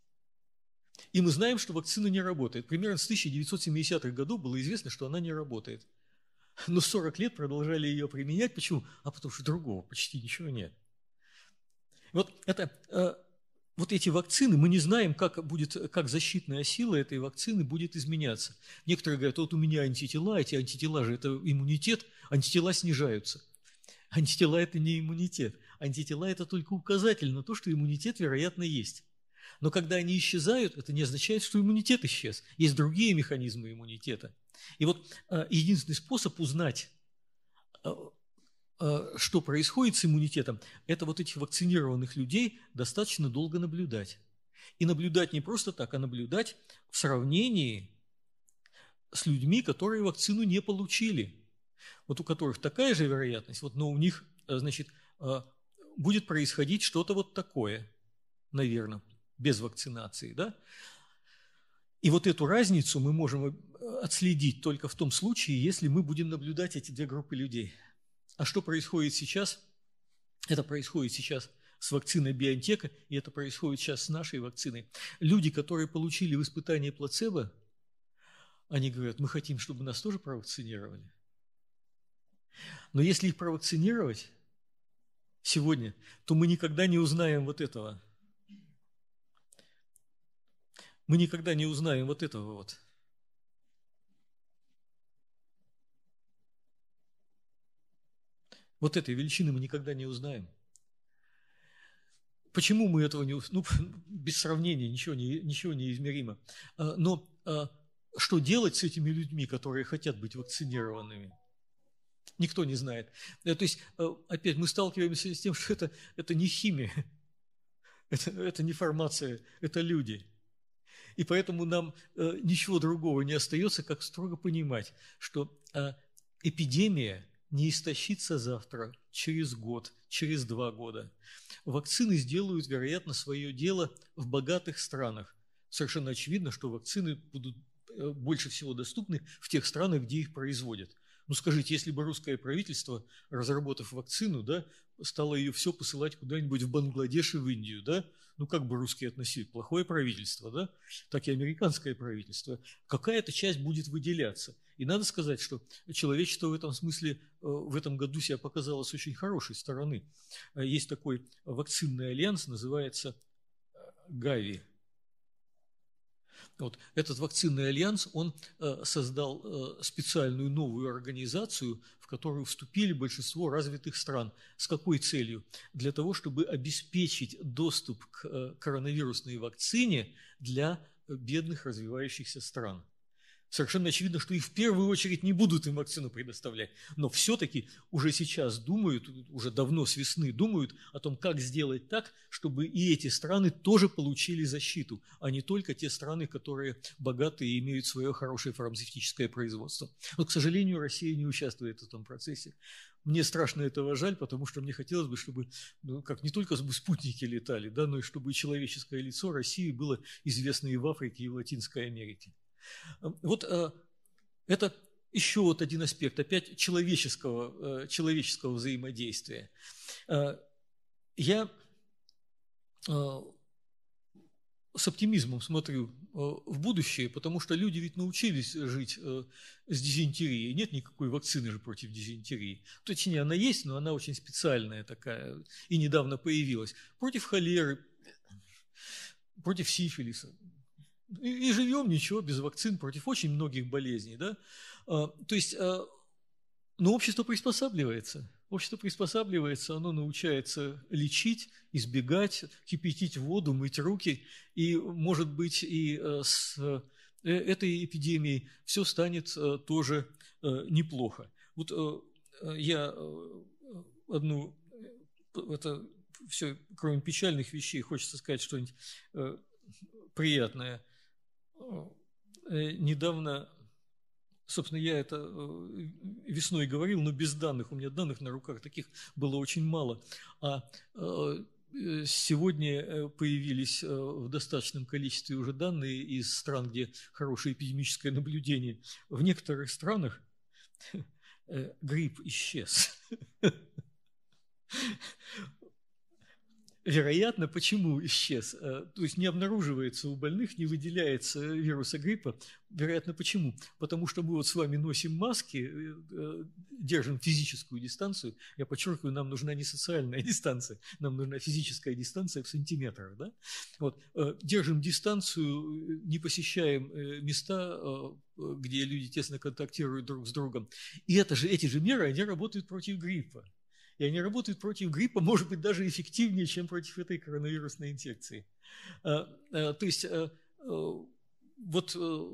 И мы знаем, что вакцина не работает. Примерно с тысяча девятьсот семидесятых годов было известно, что она не работает. Но сорок лет продолжали ее применять. Почему? А потому что другого почти ничего нет. Вот, это, вот эти вакцины, мы не знаем, как, будет, как защитная сила этой вакцины будет изменяться. Некоторые говорят, вот у меня антитела, эти антитела же это иммунитет, антитела снижаются. Антитела – это не иммунитет. Антитела – это только указатель на то, что иммунитет, вероятно, есть. Но когда они исчезают, это не означает, что иммунитет исчез. Есть другие механизмы иммунитета. И вот э, единственный способ узнать, э, э, что происходит с иммунитетом, это вот этих вакцинированных людей достаточно долго наблюдать. И наблюдать не просто так, а наблюдать в сравнении с людьми, которые вакцину не получили. Вот у которых такая же вероятность, вот, но у них, значит, э, будет происходить что-то вот такое, наверное. Без вакцинации, да? И вот эту разницу мы можем отследить только в том случае, если мы будем наблюдать эти две группы людей. А что происходит сейчас? Это происходит сейчас с вакциной BioNTech, и это происходит сейчас с нашей вакциной. Люди, которые получили в испытании плацебо, они говорят, мы хотим, чтобы нас тоже провакцинировали. Но если их провакцинировать сегодня, то мы никогда не узнаем вот этого. Мы никогда не узнаем вот этого вот. Вот этой величины мы никогда не узнаем. Почему мы этого не узнаем? Ну, без сравнения, ничего не, ничего не измеримо. Но что делать с этими людьми, которые хотят быть вакцинированными? Никто не знает. То есть, опять, мы сталкиваемся с тем, что это, это не химия, это, это не фармация, это люди. И поэтому нам ничего другого не остается, как строго понимать, что эпидемия не истощится завтра, через год, через два года. Вакцины сделают, вероятно, свое дело в богатых странах. Совершенно очевидно, что вакцины будут больше всего доступны в тех странах, где их производят. Ну, скажите, если бы русское правительство, разработав вакцину, да, стало ее все посылать куда-нибудь в Бангладеш и в Индию, да, ну, как бы русские относились? Плохое правительство, да, так и американское правительство. Какая-то часть будет выделяться. И надо сказать, что человечество в этом смысле в этом году себя показало с очень хорошей стороны. Есть такой вакцинный альянс, называется ГАВИ. Вот. Этот вакцинный альянс, он создал специальную новую организацию, в которую вступили большинство развитых стран. С какой целью? Для того, чтобы обеспечить доступ к коронавирусной вакцине для бедных развивающихся стран. Совершенно очевидно, что и в первую очередь не будут им вакцину предоставлять, но все-таки уже сейчас думают, уже давно с весны думают о том, как сделать так, чтобы и эти страны тоже получили защиту, а не только те страны, которые богатые и имеют свое хорошее фармацевтическое производство. Но, к сожалению, Россия не участвует в этом процессе. Мне страшно этого жаль, потому что мне хотелось бы, чтобы, ну, как не только спутники летали, да, но и чтобы человеческое лицо России было известно и в Африке, и в Латинской Америке. Вот это еще вот один аспект, опять человеческого, человеческого взаимодействия. Я с оптимизмом смотрю в будущее, потому что люди ведь научились жить с дизентерией. Нет никакой вакцины же против дизентерии. Точнее, она есть, но она очень специальная такая и недавно появилась. Против холеры, против сифилиса. И, и живем ничего, без вакцин, против очень многих болезней. Да? А, то есть, а, но общество приспосабливается. Общество приспосабливается, оно научается лечить, избегать, кипятить воду, мыть руки. И, может быть, и а, с а, этой эпидемией все станет а, тоже а, неплохо. Вот а, я а, одну, это все, кроме печальных вещей, хочется сказать что-нибудь а, приятное. Недавно, собственно, я это весной говорил, но без данных, у меня данных на руках таких было очень мало. А сегодня появились в достаточном количестве уже данные из стран, где хорошее эпидемическое наблюдение. В некоторых странах грипп исчез. Вероятно, почему исчез? То есть не обнаруживается у больных, не выделяется вируса гриппа. Вероятно, почему? Потому что мы вот с вами носим маски, держим физическую дистанцию. Я подчеркиваю, нам нужна не социальная дистанция, нам нужна физическая дистанция в сантиметрах. Да? Вот. Держим дистанцию, не посещаем места, где люди тесно контактируют друг с другом. И это же, эти же меры, они работают против гриппа. И они работают против гриппа, может быть, даже эффективнее, чем против этой коронавирусной инфекции. То есть, вот,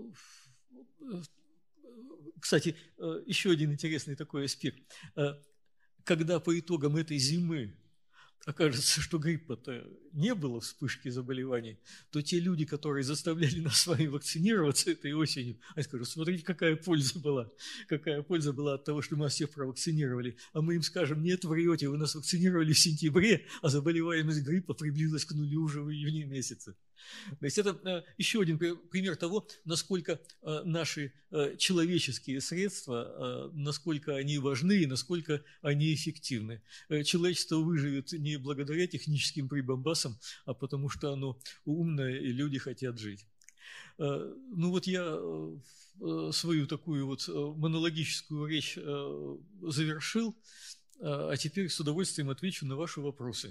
кстати, еще один интересный такой аспект. Когда по итогам этой зимы окажется, что гриппа-то не было, вспышки заболеваний, то те люди, которые заставляли нас с вами вакцинироваться этой осенью, они скажут, смотрите, какая польза была, какая польза была от того, что мы всех провакцинировали. А мы им скажем, нет, врете, вы нас вакцинировали в сентябре, а заболеваемость гриппа приблизилась к нулю уже в июне месяце. То есть это еще один пример того, насколько наши человеческие средства, насколько они важны и насколько они эффективны. Человечество выживет не благодаря техническим прибамбасам, а потому что оно умное и люди хотят жить. Ну вот я свою такую вот монологическую речь завершил, а теперь с удовольствием отвечу на ваши вопросы.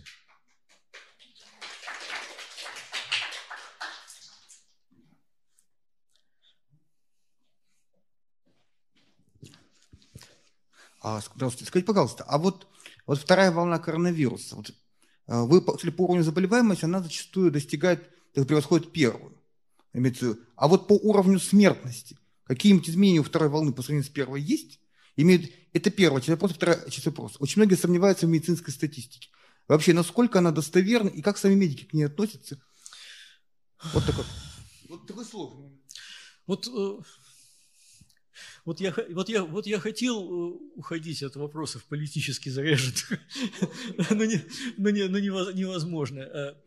А, здравствуйте. Скажите, пожалуйста, а вот, вот вторая волна коронавируса, вот, вы, судя по уровню заболеваемости, она зачастую достигает, превосходит первую. А вот по уровню смертности, какие-нибудь изменения у второй волны по сравнению с первой есть? Имеют, это первый часть вопроса, вторая часть вопроса. Очень многие сомневаются в медицинской статистике. Вообще, насколько она достоверна и как сами медики к ней относятся? Вот такой, вот такой сложный. Вот... Вот я, вот, я, вот я хотел уходить от вопросов политически заряженных, но, не, но, не, но невозможно.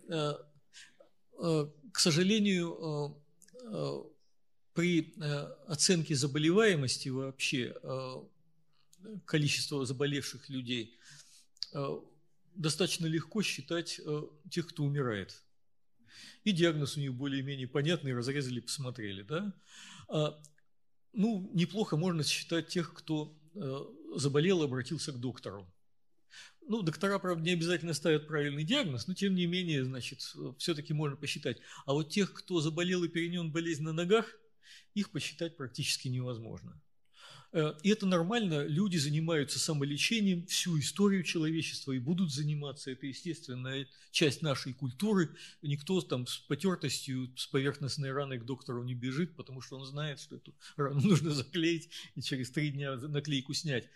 К сожалению, при оценке заболеваемости вообще количества заболевших людей достаточно легко считать тех, кто умирает. И диагноз у них более-менее понятный, разрезали, посмотрели, да? Ну, неплохо можно считать тех, кто э, заболел и обратился к доктору. Ну, доктора, правда, не обязательно ставят правильный диагноз, но тем не менее, значит, все-таки можно посчитать. А вот тех, кто заболел и перенес болезнь на ногах, их посчитать практически невозможно. И это нормально, люди занимаются самолечением всю историю человечества и будут заниматься, это естественная часть нашей культуры. Никто там с потертостью, с поверхностной раной к доктору не бежит, потому что он знает, что эту рану нужно заклеить и через три дня наклейку снять.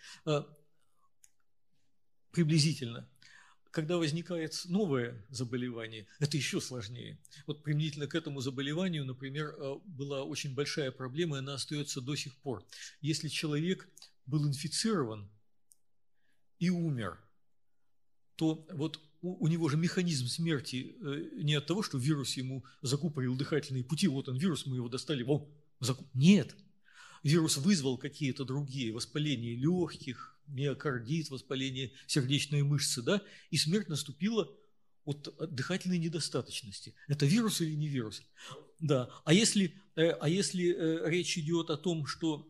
Приблизительно. Когда возникает новое заболевание, это еще сложнее. Вот применительно к этому заболеванию, например, была очень большая проблема, и она остается до сих пор. Если человек был инфицирован и умер, то вот у, у него же механизм смерти не от того, что вирус ему закупорил дыхательные пути, вот он вирус, мы его достали, вон, закуп... Нет. Вирус вызвал какие-то другие воспаления легких, миокардит, воспаление сердечной мышцы, да, и смерть наступила от дыхательной недостаточности. Это вирус или не вирус? Да. А если, а если речь идет о том, что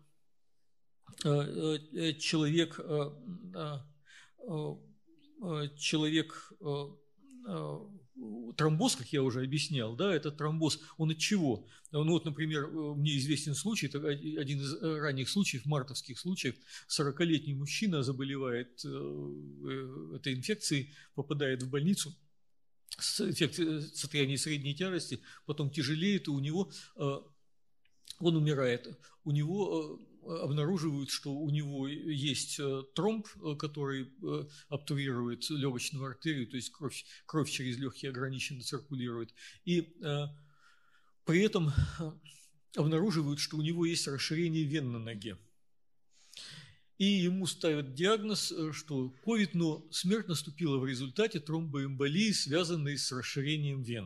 человек, человек тромбоз, как я уже объяснял, да, этот тромбоз, он от чего? Ну вот, например, мне известен случай, один из ранних случаев, мартовских случаев, сорокалетний мужчина заболевает этой инфекцией, попадает в больницу с инфекцией состояния средней тяжести, потом тяжелеет, и у него, он умирает, у него обнаруживают, что у него есть тромб, который обтурирует легочную артерию, то есть кровь, кровь через легкие ограниченно циркулирует. И э, при этом обнаруживают, что у него есть расширение вен на ноге. И ему ставят диагноз, что ковид, но смерть наступила в результате тромбоэмболии, связанной с расширением вен.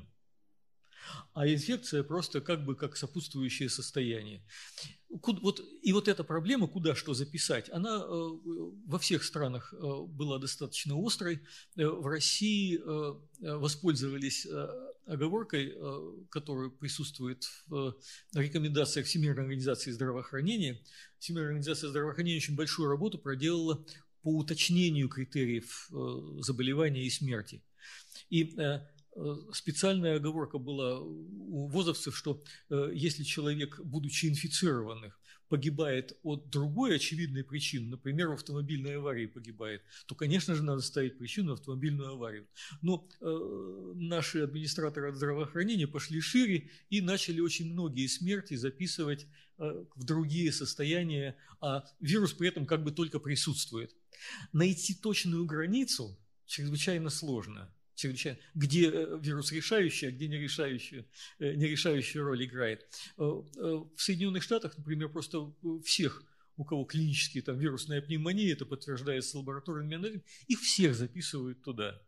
А инфекция просто как бы как сопутствующее состояние. Вот, и вот эта проблема, куда что записать, она во всех странах была достаточно острой. В России воспользовались оговоркой, которая присутствует в рекомендациях Всемирной организации здравоохранения. Всемирная организация здравоохранения очень большую работу проделала по уточнению критериев заболевания и смерти. И специальная оговорка была у вузовцев, что э, если человек, будучи инфицированным, погибает от другой очевидной причины, например, в автомобильной аварии погибает, то, конечно же, надо ставить причину автомобильную аварию. Но э, наши администраторы здравоохранения пошли шире и начали очень многие смерти записывать э, в другие состояния, а вирус при этом как бы только присутствует. Найти точную границу чрезвычайно сложно. Где вирус решающий, а где не решающую, не решающую роль играет. В Соединенных Штатах, например, просто всех, у кого клинические там, вирусная пневмония, это подтверждается лабораторными анализами, их всех записывают туда.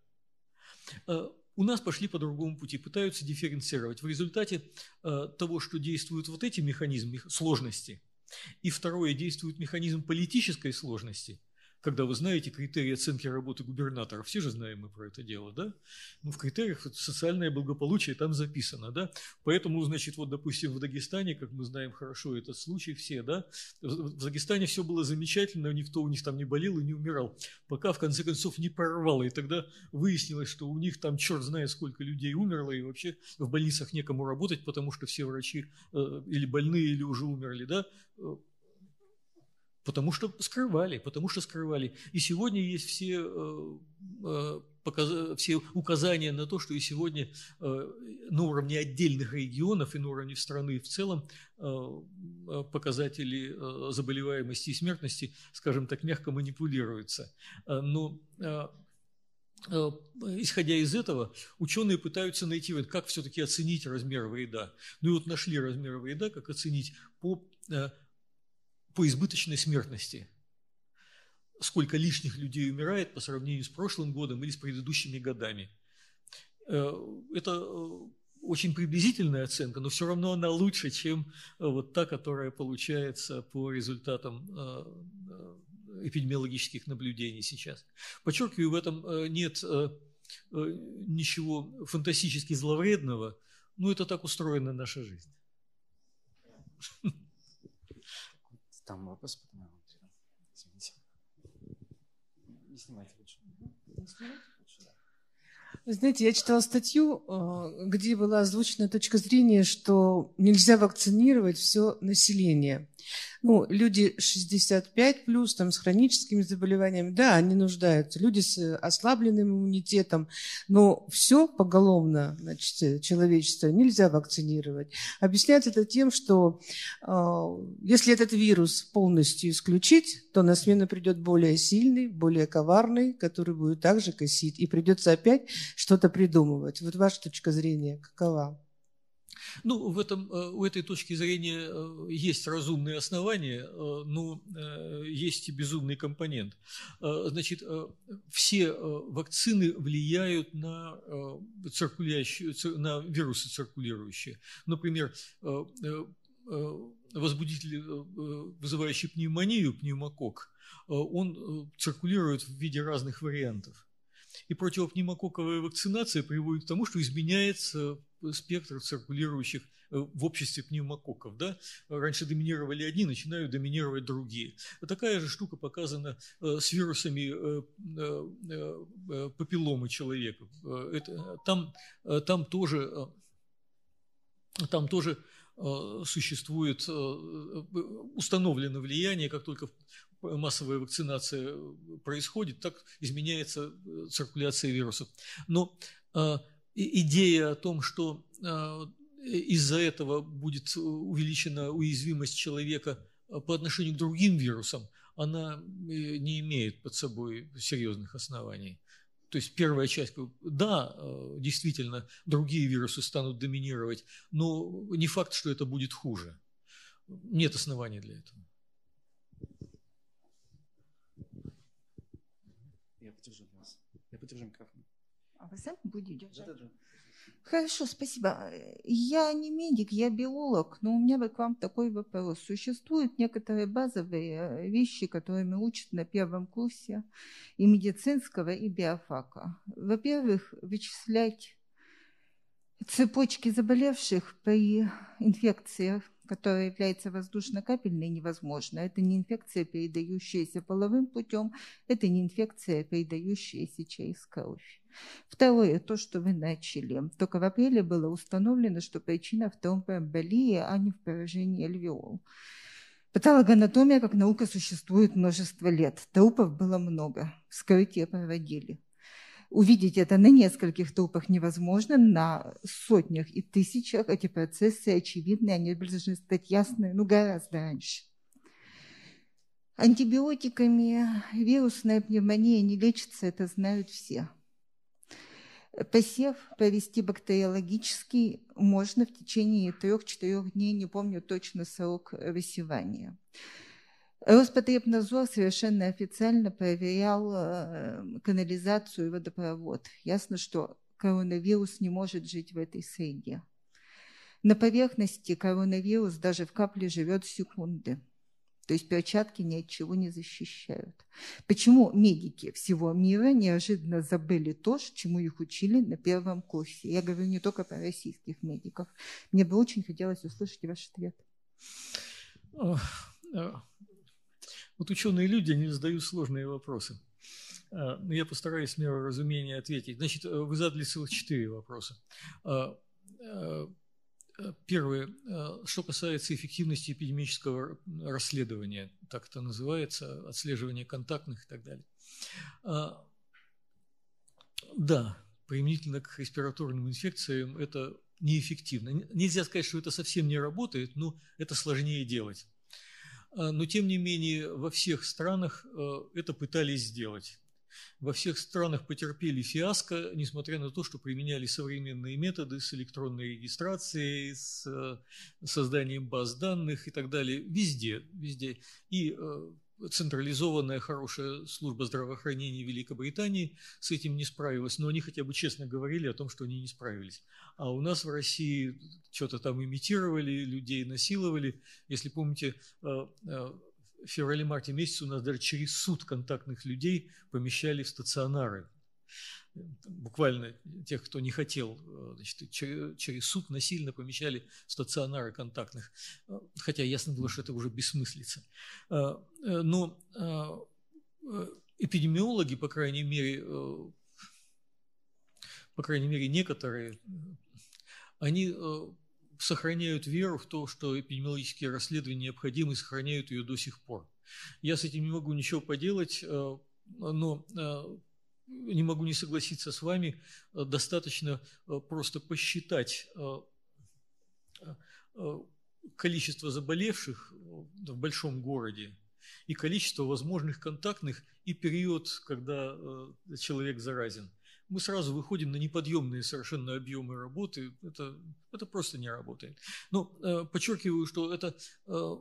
У нас пошли по другому пути, пытаются дифференцировать. В результате того, что действуют вот эти механизмы сложности, и второе, действует механизм политической сложности, Когда вы знаете критерии оценки работы губернатора, все же знаем мы про это дело, да? Ну, в критериях социальное благополучие там записано, да? Поэтому, значит, вот, допустим, в Дагестане, как мы знаем хорошо этот случай, все, да? В Дагестане все было замечательно, никто у них там не болел и не умирал, пока, в конце концов, не прорвало. И тогда выяснилось, что у них там черт знает сколько людей умерло, и вообще в больницах некому работать, потому что все врачи э, или больные, или уже умерли, да? Потому что скрывали, потому что скрывали. И сегодня есть все, э, показ... все указания на то, что и сегодня э, на уровне отдельных регионов и на уровне страны в целом э, показатели э, заболеваемости и смертности, скажем так, мягко манипулируются. Но э, э, исходя из этого, ученые пытаются найти, как все-таки оценить размер вреда. Ну и вот нашли размер вреда, как оценить по... Э, по избыточной смертности. Сколько лишних людей умирает по сравнению с прошлым годом или с предыдущими годами. Это очень приблизительная оценка, но все равно она лучше, чем вот та, которая получается по результатам эпидемиологических наблюдений сейчас. Подчеркиваю, в этом нет ничего фантастически зловредного, но это так устроена наша жизнь. Там вопрос, потом я вам извините. Не снимайте лучше. Не снимайте лучше, да. Вы знаете, я читала статью, где была озвучена точка зрения, что нельзя вакцинировать все население. Ну, люди шестьдесят пять плюс, там, с хроническими заболеваниями, да, они нуждаются. Люди с ослабленным иммунитетом, но все поголовно, значит, человечество нельзя вакцинировать. Объясняется это тем, что э, если этот вирус полностью исключить, то на смену придет более сильный, более коварный, который будет также косить, и придется опять что-то придумывать. Вот ваша точка зрения какова? Ну, в этом, у этой точки зрения есть разумные основания, но есть и безумный компонент. Значит, все вакцины влияют на, циркуляющие, на вирусы циркулирующие. Например, возбудитель, вызывающий пневмонию, пневмококк, он циркулирует в виде разных вариантов. И противопневмококковая вакцинация приводит к тому, что изменяется спектр циркулирующих в обществе пневмококков. Да? Раньше доминировали одни, начинают доминировать другие. Такая же штука показана с вирусами папилломы человека. Это, там, там тоже, там тоже существует, установлено влияние, как только массовая вакцинация происходит, так изменяется циркуляция вирусов. Но э, идея о том, что э, из-за этого будет увеличена уязвимость человека по отношению к другим вирусам, она не имеет под собой серьезных оснований. То есть первая часть, да, действительно, другие вирусы станут доминировать, но не факт, что это будет хуже. Нет оснований для этого. Я подержу вас. Я подержу микрофон. А вы сами будете держать? Да, да, да. Хорошо, спасибо. Я не медик, я биолог, но у меня к вам такой вопрос. Существуют некоторые базовые вещи, которыми учат на первом курсе и медицинского, и биофака. Во-первых, вычислять цепочки заболевших при инфекциях, которая является воздушно-капельной, невозможно. Это не инфекция, передающаяся половым путем, это не инфекция, передающаяся через кровь. Второе, то, что вы начали. Только в апреле было установлено, что причина в тромбоэмболии, а не в поражении альвеол. Патологоанатомия, как наука, существует множество лет. Трупов было много, вскрытие проводили. Увидеть это на нескольких трупах невозможно, на сотнях и тысячах эти процессы очевидны, они должны стать ясны, ну, гораздо раньше. Антибиотиками вирусная пневмония не лечится, это знают все. Посев провести бактериологический можно в течение трех-четырех дней, не помню точно срок высевания. Роспотребнадзор совершенно официально проверял канализацию и водопровод. Ясно, что коронавирус не может жить в этой среде. На поверхности коронавирус даже в капле живет секунды. То есть перчатки ни от чего не защищают. Почему медики всего мира неожиданно забыли то, чему их учили на первом курсе? Я говорю не только про российских медиков. Мне бы очень хотелось услышать ваш ответ. Вот ученые люди, они задают сложные вопросы. Но я постараюсь в меру разумения ответить. Значит, вы задали целых четыре вопроса. Первое, что касается эффективности эпидемического расследования, так это называется, отслеживание контактных и так далее. Да, применительно к респираторным инфекциям это неэффективно. Нельзя сказать, что это совсем не работает, но это сложнее делать. Но, тем не менее, во всех странах это пытались сделать. Во всех странах потерпели фиаско, несмотря на то, что применяли современные методы с электронной регистрацией, с созданием баз данных и так далее. Везде, везде. И централизованная хорошая служба здравоохранения Великобритании с этим не справилась, но они хотя бы честно говорили о том, что они не справились. А у нас в России что-то там имитировали, людей насиловали. Если помните, в феврале-марте месяце у нас даже через суд контактных людей помещали в стационары. Буквально тех, кто не хотел, значит, через суд насильно помещали в стационары контактных. Хотя ясно было, что это уже бессмыслица. Но эпидемиологи, по крайней мере, по крайней мере, некоторые, они сохраняют веру в то, что эпидемиологические расследования необходимы, и сохраняют ее до сих пор. Я с этим не могу ничего поделать, но не могу не согласиться с вами, достаточно просто посчитать количество заболевших в большом городе и количество возможных контактных и период, когда человек заразен. Мы сразу выходим на неподъемные совершенно объемы работы, это, это просто не работает. Но э, подчеркиваю, что это, э,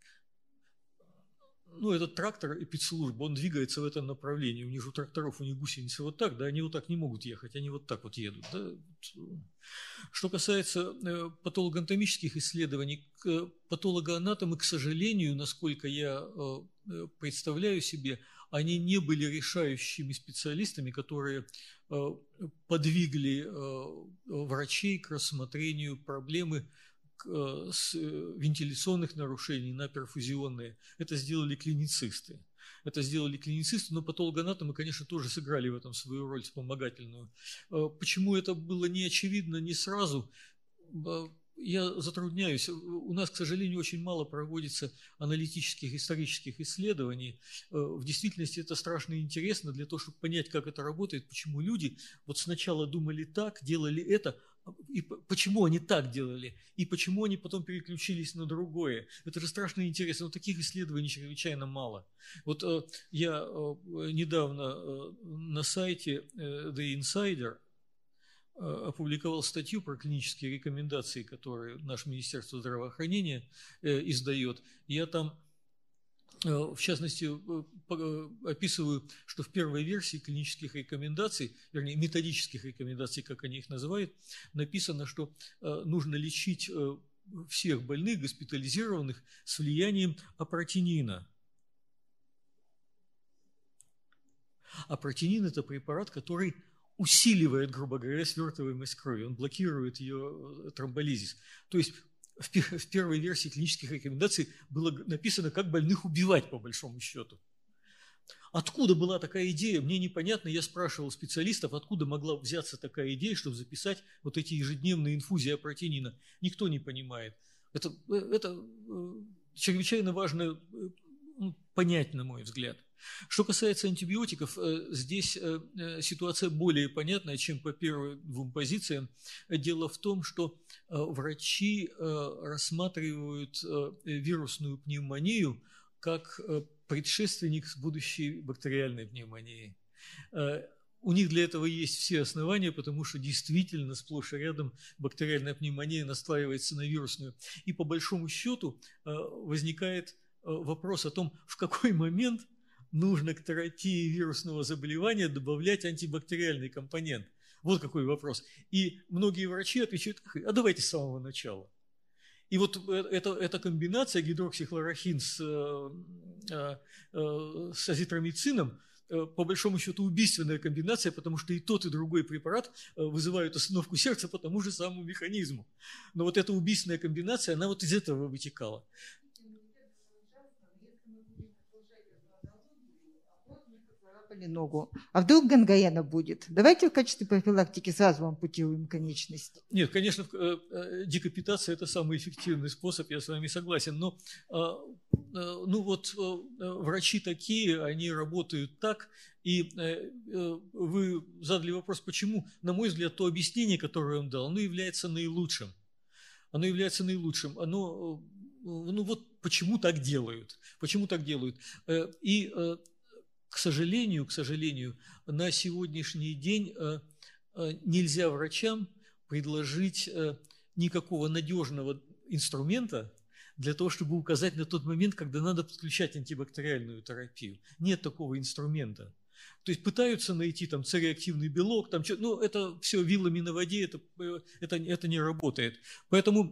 ну, этот трактор эпидслужбы, он двигается в этом направлении. У них же у тракторов, у них гусеницы вот так, да, они вот так не могут ехать, они вот так вот едут. Да? Что касается э, патологоанатомических исследований, к, патологоанатомы, к сожалению, насколько я э, представляю себе, они не были решающими специалистами, которые подвигли врачей к рассмотрению проблемы с вентиляционных нарушений на перфузионные. Это сделали клиницисты. Это сделали клиницисты, но патологоанатомы, конечно, тоже сыграли в этом свою роль вспомогательную. Почему это было не очевидно не сразу? Я затрудняюсь. У нас, к сожалению, очень мало проводится аналитических, исторических исследований. В действительности это страшно интересно для того, чтобы понять, как это работает, почему люди вот сначала думали так, делали это, и почему они так делали, и почему они потом переключились на другое. Это же страшно интересно, но таких исследований чрезвычайно мало. Вот я недавно на сайте The Insider опубликовал статью про клинические рекомендации, которые наше Министерство здравоохранения э, издает. Я там, э, в частности, э, описываю, что в первой версии клинических рекомендаций, вернее, методических рекомендаций, как они их называют, написано, что э, нужно лечить э, всех больных, госпитализированных с влиянием апротинина. Апротинин – это препарат, который усиливает, грубо говоря, свертываемость крови, он блокирует ее тромболизис. То есть в первой версии клинических рекомендаций было написано, как больных убивать, по большому счету. Откуда была такая идея, мне непонятно. Я спрашивал специалистов, откуда могла взяться такая идея, чтобы записать вот эти ежедневные инфузии апротинина. Никто не понимает. Это, это чрезвычайно важно понять, на мой взгляд. Что касается антибиотиков, здесь ситуация более понятная, чем по первым двум позициям. Дело в том, что врачи рассматривают вирусную пневмонию как предшественник будущей бактериальной пневмонии. У них для этого есть все основания, потому что действительно сплошь и рядом бактериальная пневмония наслаивается на вирусную. И по большому счету возникает вопрос о том, в какой момент нужно к терапии вирусного заболевания добавлять антибактериальный компонент. Вот какой вопрос. И многие врачи отвечают, а давайте с самого начала. И вот эта, эта комбинация гидроксихлорохин с, с азитромицином, по большому счету, убийственная комбинация, потому что и тот, и другой препарат вызывают остановку сердца по тому же самому механизму. Но вот эта убийственная комбинация, она вот из этого вытекала. Ногу. А вдруг гангрена будет? Давайте в качестве профилактики сразу ампутируем конечность. Нет, конечно, декапитация – это самый эффективный способ, я с вами согласен. Но ну вот врачи такие, они работают так, и вы задали вопрос, почему? На мой взгляд, то объяснение, которое он дал, оно является наилучшим. Оно является наилучшим. Оно, ну вот почему так делают? Почему так делают? И К сожалению, к сожалению, на сегодняшний день нельзя врачам предложить никакого надежного инструмента для того, чтобы указать на тот момент, когда надо подключать антибактериальную терапию. Нет такого инструмента. То есть пытаются найти там цереактивный белок, там, ну это все вилами на воде, это, это, это не работает. Поэтому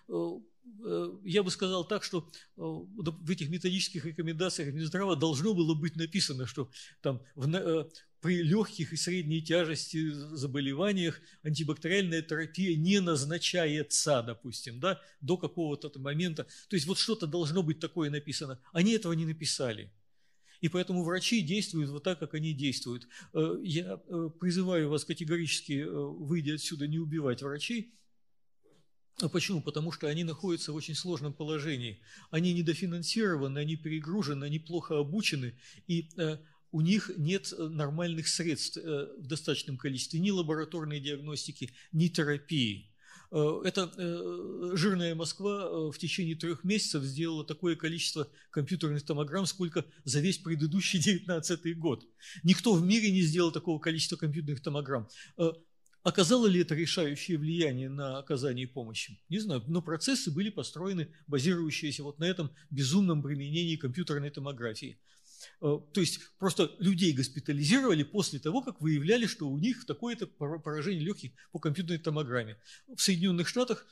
я бы сказал так, что в этих методических рекомендациях Минздрава должно было быть написано, что там в, при легких и средней тяжести заболеваниях антибактериальная терапия не назначается, допустим, да, до какого-то момента. То есть вот что-то должно быть такое написано. Они этого не написали. И поэтому врачи действуют вот так, как они действуют. Я призываю вас категорически, выйдя отсюда, не убивать врачей. Почему? Потому что они находятся в очень сложном положении. Они недофинансированы, они перегружены, они плохо обучены, и э, у них нет нормальных средств э, в достаточном количестве ни лабораторной диагностики, ни терапии. Э, это э, жирная Москва э, в течение трех месяцев сделала такое количество компьютерных томограмм, сколько за весь предыдущий девятнадцатый год. Никто в мире не сделал такого количества компьютерных томограмм. Э, Оказало ли это решающее влияние на оказание помощи? Не знаю, но процессы были построены, базирующиеся вот на этом безумном применении компьютерной томографии. То есть просто людей госпитализировали после того, как выявляли, что у них такое-то поражение легких по компьютерной томограмме. В Соединенных Штатах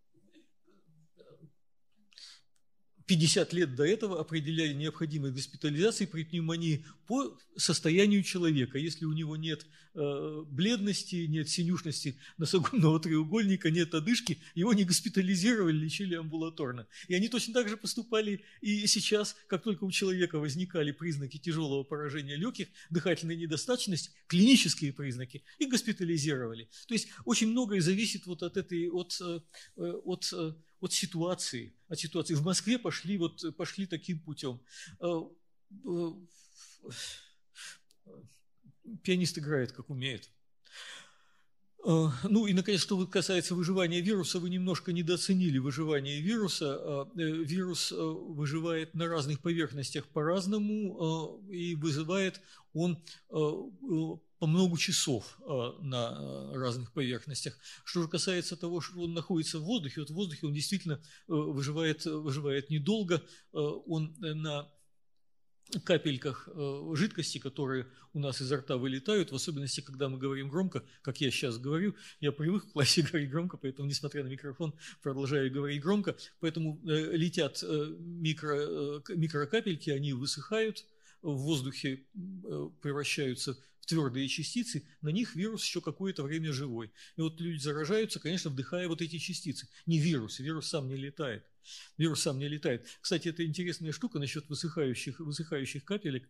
пятьдесят лет до этого определяли необходимость госпитализации при пневмонии по состоянию человека. Если у него нет э, бледности, нет синюшности носогубного треугольника, нет одышки, его не госпитализировали, лечили амбулаторно. И они точно так же поступали и сейчас, как только у человека возникали признаки тяжелого поражения легких, дыхательная недостаточность, клинические признаки, и госпитализировали. То есть очень многое зависит вот от этой, от, от, от ситуации, от ситуации. В Москве пошли, вот, пошли таким путем. Пианист играет, как умеет. Ну и, наконец, что касается выживания вируса, вы немножко недооценили выживание вируса. Вирус выживает на разных поверхностях по-разному, и вызывает он по много часов на разных поверхностях. Что же касается того, что он находится в воздухе, вот в воздухе он действительно выживает, выживает недолго, он на капельках жидкости, которые у нас изо рта вылетают, в особенности, когда мы говорим громко, как я сейчас говорю. Я привык в классе говорить громко, поэтому, несмотря на микрофон, продолжаю говорить громко. Поэтому летят микро, микрокапельки, они высыхают, в воздухе превращаются в твердые частицы, на них вирус еще какое-то время живой. И вот люди заражаются, конечно, вдыхая вот эти частицы. Не вирус, вирус сам не летает. Вирус сам не летает. Кстати, это интересная штука насчет высыхающих, высыхающих капелек.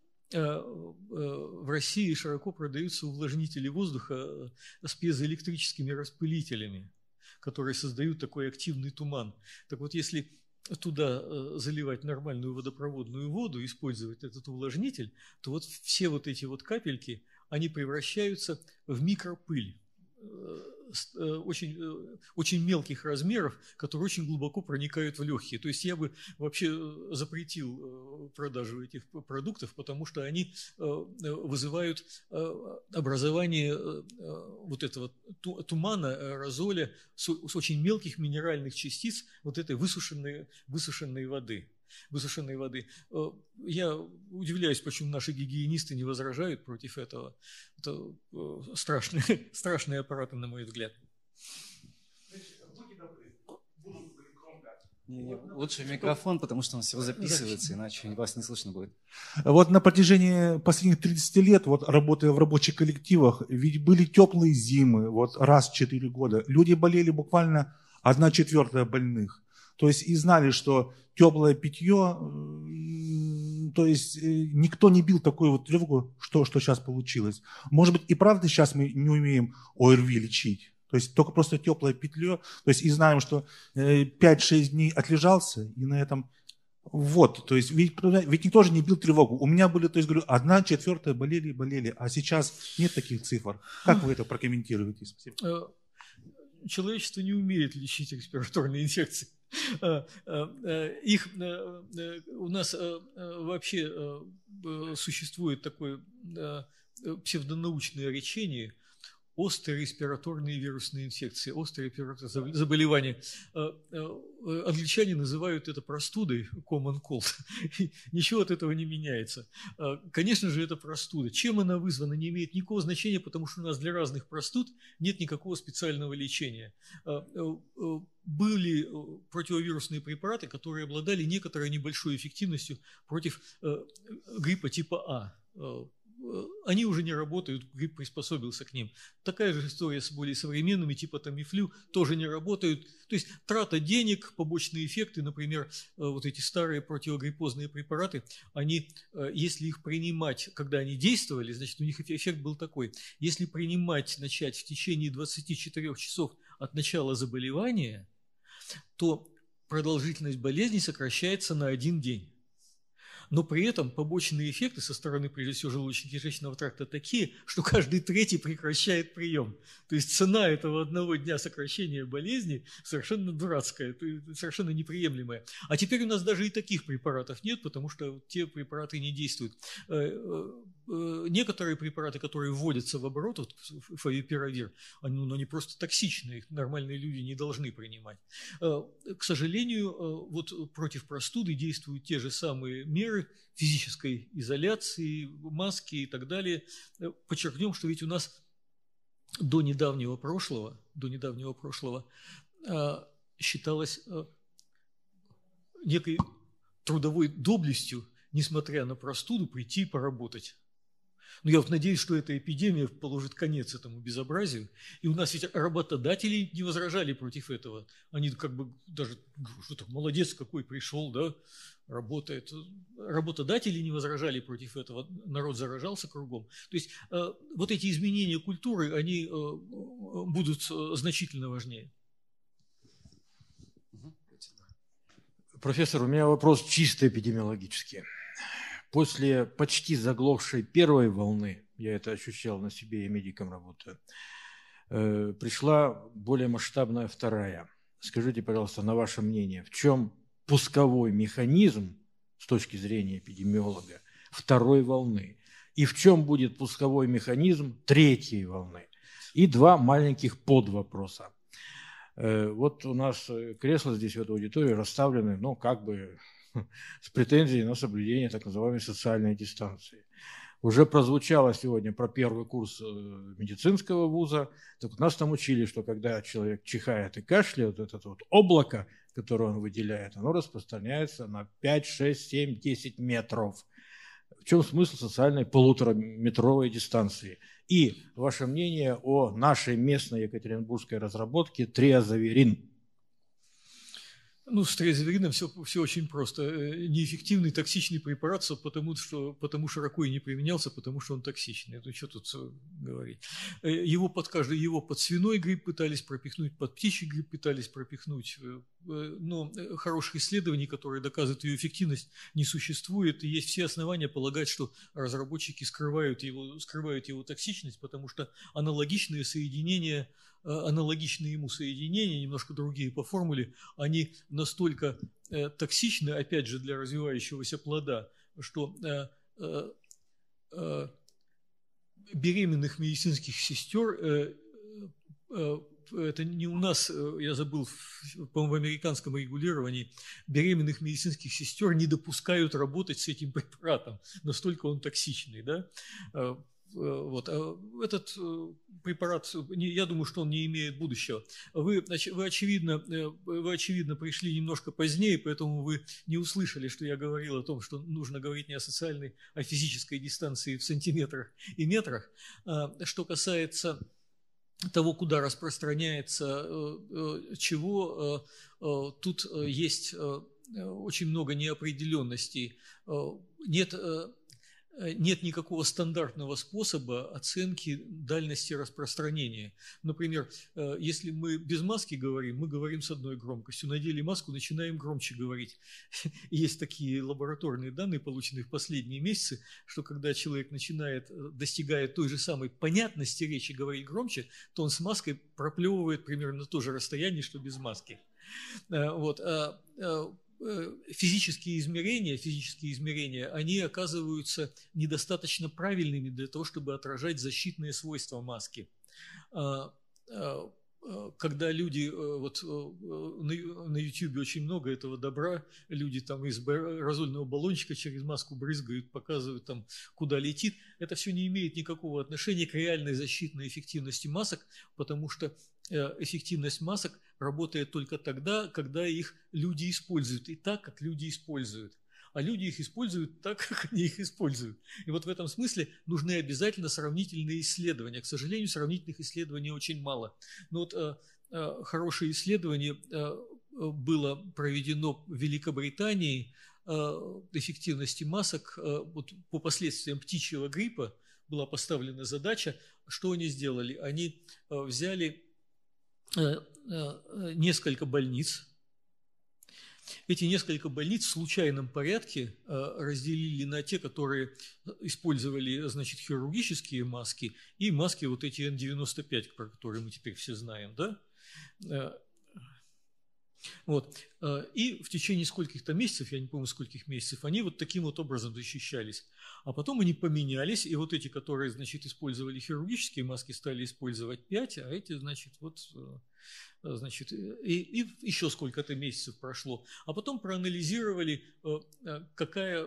В России широко продаются увлажнители воздуха с пьезоэлектрическими распылителями, которые создают такой активный туман. Так вот, если туда заливать нормальную водопроводную воду, использовать этот увлажнитель, то вот все вот эти вот капельки, они превращаются в микропыль. Очень, очень мелких размеров, которые очень глубоко проникают в легкие. То есть я бы вообще запретил продажу этих продуктов, потому что они вызывают образование вот этого тумана, аэрозоля с очень мелких минеральных частиц вот этой высушенной, высушенной воды. высушенной воды. Я удивляюсь, почему наши гигиенисты не возражают против этого. Это страшные, страшные аппараты, на мой взгляд. Будьте добры, будут Не, не, лучше микрофон, потому что он все записывается, иначе вас не слышно будет. Вот на протяжении последних тридцати лет, вот работая в рабочих коллективах, ведь были теплые зимы, вот раз в четыре года. Люди болели буквально одна четвертая больных. То есть и знали, что теплое питье, то есть никто не бил такую вот тревогу, что, что сейчас получилось. Может быть, и правда сейчас мы не умеем ОРВИ лечить. То есть только просто теплое питье. То есть и знаем, что пять-шесть дней отлежался, и на этом вот. То есть ведь, ведь никто же не бил тревогу. У меня были, то есть говорю, одна четвертая болели, болели, а сейчас нет таких цифр. Как вы это прокомментируете? Спасибо. Человечество не умеет лечить респираторные инфекции. Их, у нас вообще существует такое псевдонаучное речение – острые респираторные вирусные инфекции, острые респираторные заболевания. Англичане называют это простудой, common cold. Ничего от этого не меняется. Конечно же, это простуда. Чем она вызвана, не имеет никакого значения, потому что у нас для разных простуд нет никакого специального лечения. Были противовирусные препараты, которые обладали некоторой небольшой эффективностью против гриппа типа А. Они уже не работают, грипп приспособился к ним. Такая же история с более современными, типа Тамифлю, тоже не работают. То есть трата денег, побочные эффекты, например, вот эти старые противогриппозные препараты, они, если их принимать, когда они действовали, значит, у них эффект был такой. Если принимать, начать в течение двадцати четырёх часов от начала заболевания, то продолжительность болезни сокращается на один день. Но при этом побочные эффекты со стороны, прежде всего, желудочно-кишечного тракта такие, что каждый третий прекращает прием. То есть цена этого одного дня сокращения болезни совершенно дурацкая, совершенно неприемлемая. А теперь у нас даже и таких препаратов нет, потому что те препараты не действуют. Некоторые препараты, которые вводятся в оборот, вот фавипиравир, они, ну, они просто токсичны, их нормальные люди не должны принимать. К сожалению, вот против простуды действуют те же самые меры физической изоляции, маски и так далее. Подчеркнем, что ведь у нас до недавнего прошлого, до недавнего прошлого считалось некой трудовой доблестью, несмотря на простуду, прийти и поработать. Но я вот надеюсь, что эта эпидемия положит конец этому безобразию. И у нас ведь работодатели не возражали против этого. Они как бы даже, что-то, молодец какой пришел, да, работает. Работодатели не возражали против этого, народ заражался кругом. То есть э, вот эти изменения культуры, они э, будут значительно важнее. Профессор, у меня вопрос чисто эпидемиологический. После почти заглохшей первой волны, я это ощущал на себе, я медиком работаю, э, пришла более масштабная вторая. Скажите, пожалуйста, на ваше мнение, в чем пусковой механизм с точки зрения эпидемиолога второй волны? И в чем будет пусковой механизм третьей волны? И два маленьких подвопроса. Э, вот у нас кресла здесь в этой аудитории расставлены, ну, как бы с претензией на соблюдение так называемой социальной дистанции. Уже прозвучало сегодня про первый курс медицинского вуза. Так нас там учили, что когда человек чихает и кашляет, вот это вот облако, которое он выделяет, оно распространяется на пять, шесть, семь, десять метров. В чем смысл социальной полутораметровой дистанции? И ваше мнение о нашей местной екатеринбургской разработке триазоверин? Ну, с триазоверином все, все очень просто. Неэффективный токсичный препарат, потому что потому широко и не применялся, потому что он токсичный. Ну, что тут говорить. Его под каждый, его под свиной грипп пытались пропихнуть, под птичий грипп пытались пропихнуть. Но хороших исследований, которые доказывают ее эффективность, не существует. И есть все основания полагать, что разработчики скрывают его, скрывают его токсичность, потому что аналогичные соединения, аналогичные ему соединения, немножко другие по формуле, они настолько э, токсичны, опять же, для развивающегося плода, что э, э, э, беременных медицинских сестер, э, э, это не у нас, я забыл, по-моему, в американском регулировании, беременных медицинских сестер не допускают работать с этим препаратом, настолько он токсичный, да. Вот. Этот препарат, я думаю, что он не имеет будущего. Вы, вы, очевидно, вы, очевидно, пришли немножко позднее, поэтому вы не услышали, что я говорил о том, что нужно говорить не о социальной, а о физической дистанции в сантиметрах и метрах. Что касается того, куда распространяется чего, тут есть очень много неопределенностей. Нет... Нет никакого стандартного способа оценки дальности распространения. Например, если мы без маски говорим, мы говорим с одной громкостью. Надели маску, начинаем громче говорить. Есть такие лабораторные данные, полученные в последние месяцы, что когда человек начинает, достигает той же самой понятности речи, говорить громче, то он с маской проплевывает примерно на то же расстояние, что без маски. Вот. Физические измерения, физические измерения, они оказываются недостаточно правильными для того, чтобы отражать защитные свойства маски. Когда люди, вот на YouTube очень много этого добра, люди там из аэрозольного баллончика через маску брызгают, показывают там, куда летит, это все не имеет никакого отношения к реальной защитной эффективности масок, потому что эффективность масок работает только тогда, когда их люди используют, и так, как люди используют. А люди их используют так, как они их используют. И вот в этом смысле нужны обязательно сравнительные исследования. К сожалению, сравнительных исследований очень мало. Но вот э, э, хорошее исследование э, было проведено в Великобритании э, эффективности масок э, вот по последствиям птичьего гриппа. Была поставлена задача, что они сделали? Они э, взяли э, э, несколько больниц. Эти несколько больниц в случайном порядке разделили на те, которые использовали, значит, хирургические маски и маски вот эти эн девяносто пять, про которые мы теперь все знаем, да? Вот. И в течение скольких-то месяцев, я не помню скольких месяцев, они вот таким вот образом защищались. А потом они поменялись, и вот эти, которые, значит, использовали хирургические маски, стали использовать пять, а эти, значит, вот... Значит, и, и еще сколько-то месяцев прошло. А потом проанализировали, какая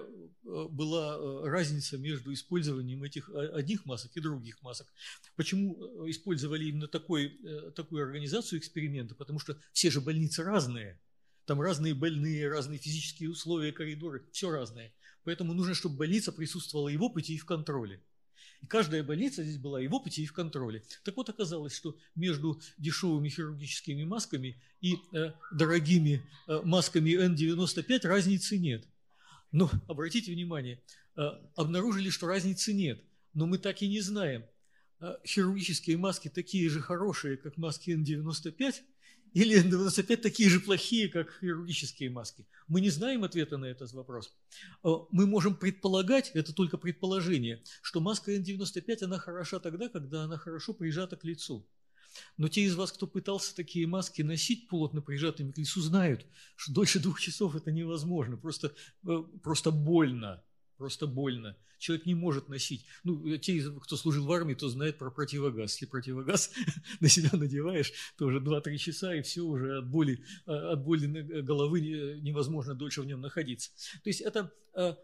была разница между использованием этих одних масок и других масок. Почему использовали именно такой, такую организацию эксперимента? Потому что все же больницы разные. Там разные больные, разные физические условия, коридоры, все разное. Поэтому нужно, чтобы больница присутствовала и в опыте, и в контроле. И каждая больница здесь была и в опыте, и в контроле. Так вот, оказалось, что между дешевыми хирургическими масками и э, дорогими э, масками эн девяносто пять разницы нет. Но, обратите внимание, э, обнаружили, что разницы нет. Но мы так и не знаем, э, хирургические маски такие же хорошие, как маски эн девяносто пять, или эн девяносто пять такие же плохие, как хирургические маски. Мы не знаем ответа на этот вопрос. Мы можем предполагать, это только предположение, что маска эн девяносто пять, она хороша тогда, когда она хорошо прижата к лицу. Но те из вас, кто пытался такие маски носить плотно прижатыми к лицу, знают, что дольше двух часов это невозможно, просто, просто больно. Просто больно. Человек не может носить. Ну, те, кто служил в армии, то знает про противогаз. Если противогаз на себя надеваешь, то уже два-три часа, и все уже от боли, от боли головы невозможно дольше в нем находиться. То есть это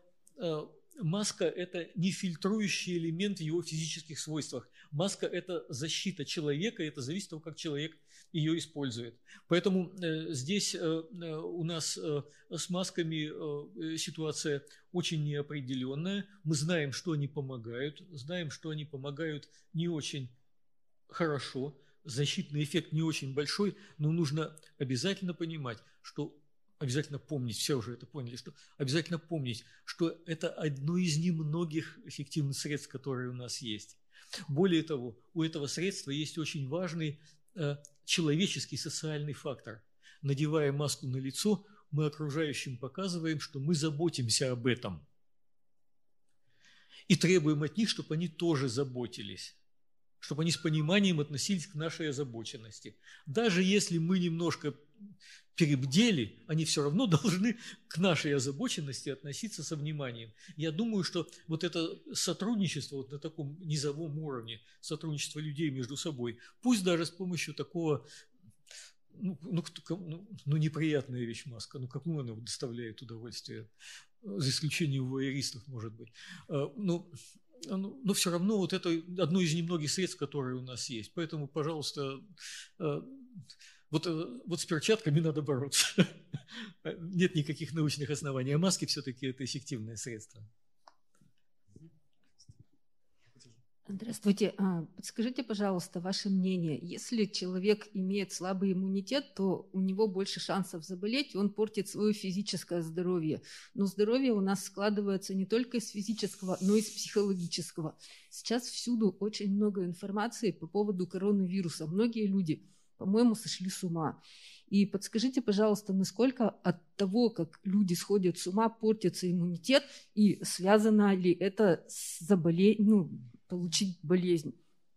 маска – это не фильтрующий элемент в его физических свойствах. Маска – это защита человека, и это зависит от того, как человек ее использует. Поэтому э, здесь э, у нас э, с масками э, ситуация очень неопределенная. Мы знаем, что они помогают, знаем, что они помогают не очень хорошо, защитный эффект не очень большой, но нужно обязательно понимать, что обязательно помнить, все уже это поняли, что обязательно помнить, что это одно из немногих эффективных средств, которые у нас есть. Более того, у этого средства есть очень важный э, человеческий социальный фактор. Надевая маску на лицо, мы окружающим показываем, что мы заботимся об этом. И требуем от них, чтобы они тоже заботились. Чтобы они с пониманием относились к нашей озабоченности. Даже если мы немножко перебдели, они все равно должны к нашей озабоченности относиться со вниманием. Я думаю, что вот это сотрудничество вот на таком низовом уровне, сотрудничество людей между собой, пусть даже с помощью такого, ну, ну, ну, ну неприятная вещь маска, ну кому она доставляет удовольствие, за исключением воэристов, может быть. Ну, но, но все равно вот это одно из немногих средств, которые у нас есть. Поэтому, пожалуйста, вот, вот с перчатками надо бороться. Нет никаких научных оснований, а маски все-таки это эффективное средство. Здравствуйте. Подскажите, пожалуйста, ваше мнение. Если человек имеет слабый иммунитет, то у него больше шансов заболеть, и он портит свое физическое здоровье. Но здоровье у нас складывается не только из физического, но и из психологического. Сейчас всюду очень много информации по поводу коронавируса. Многие люди, по-моему, сошли с ума. И подскажите, пожалуйста, насколько от того, как люди сходят с ума, портится иммунитет, и связано ли это с заболением, ну, получить болезнь?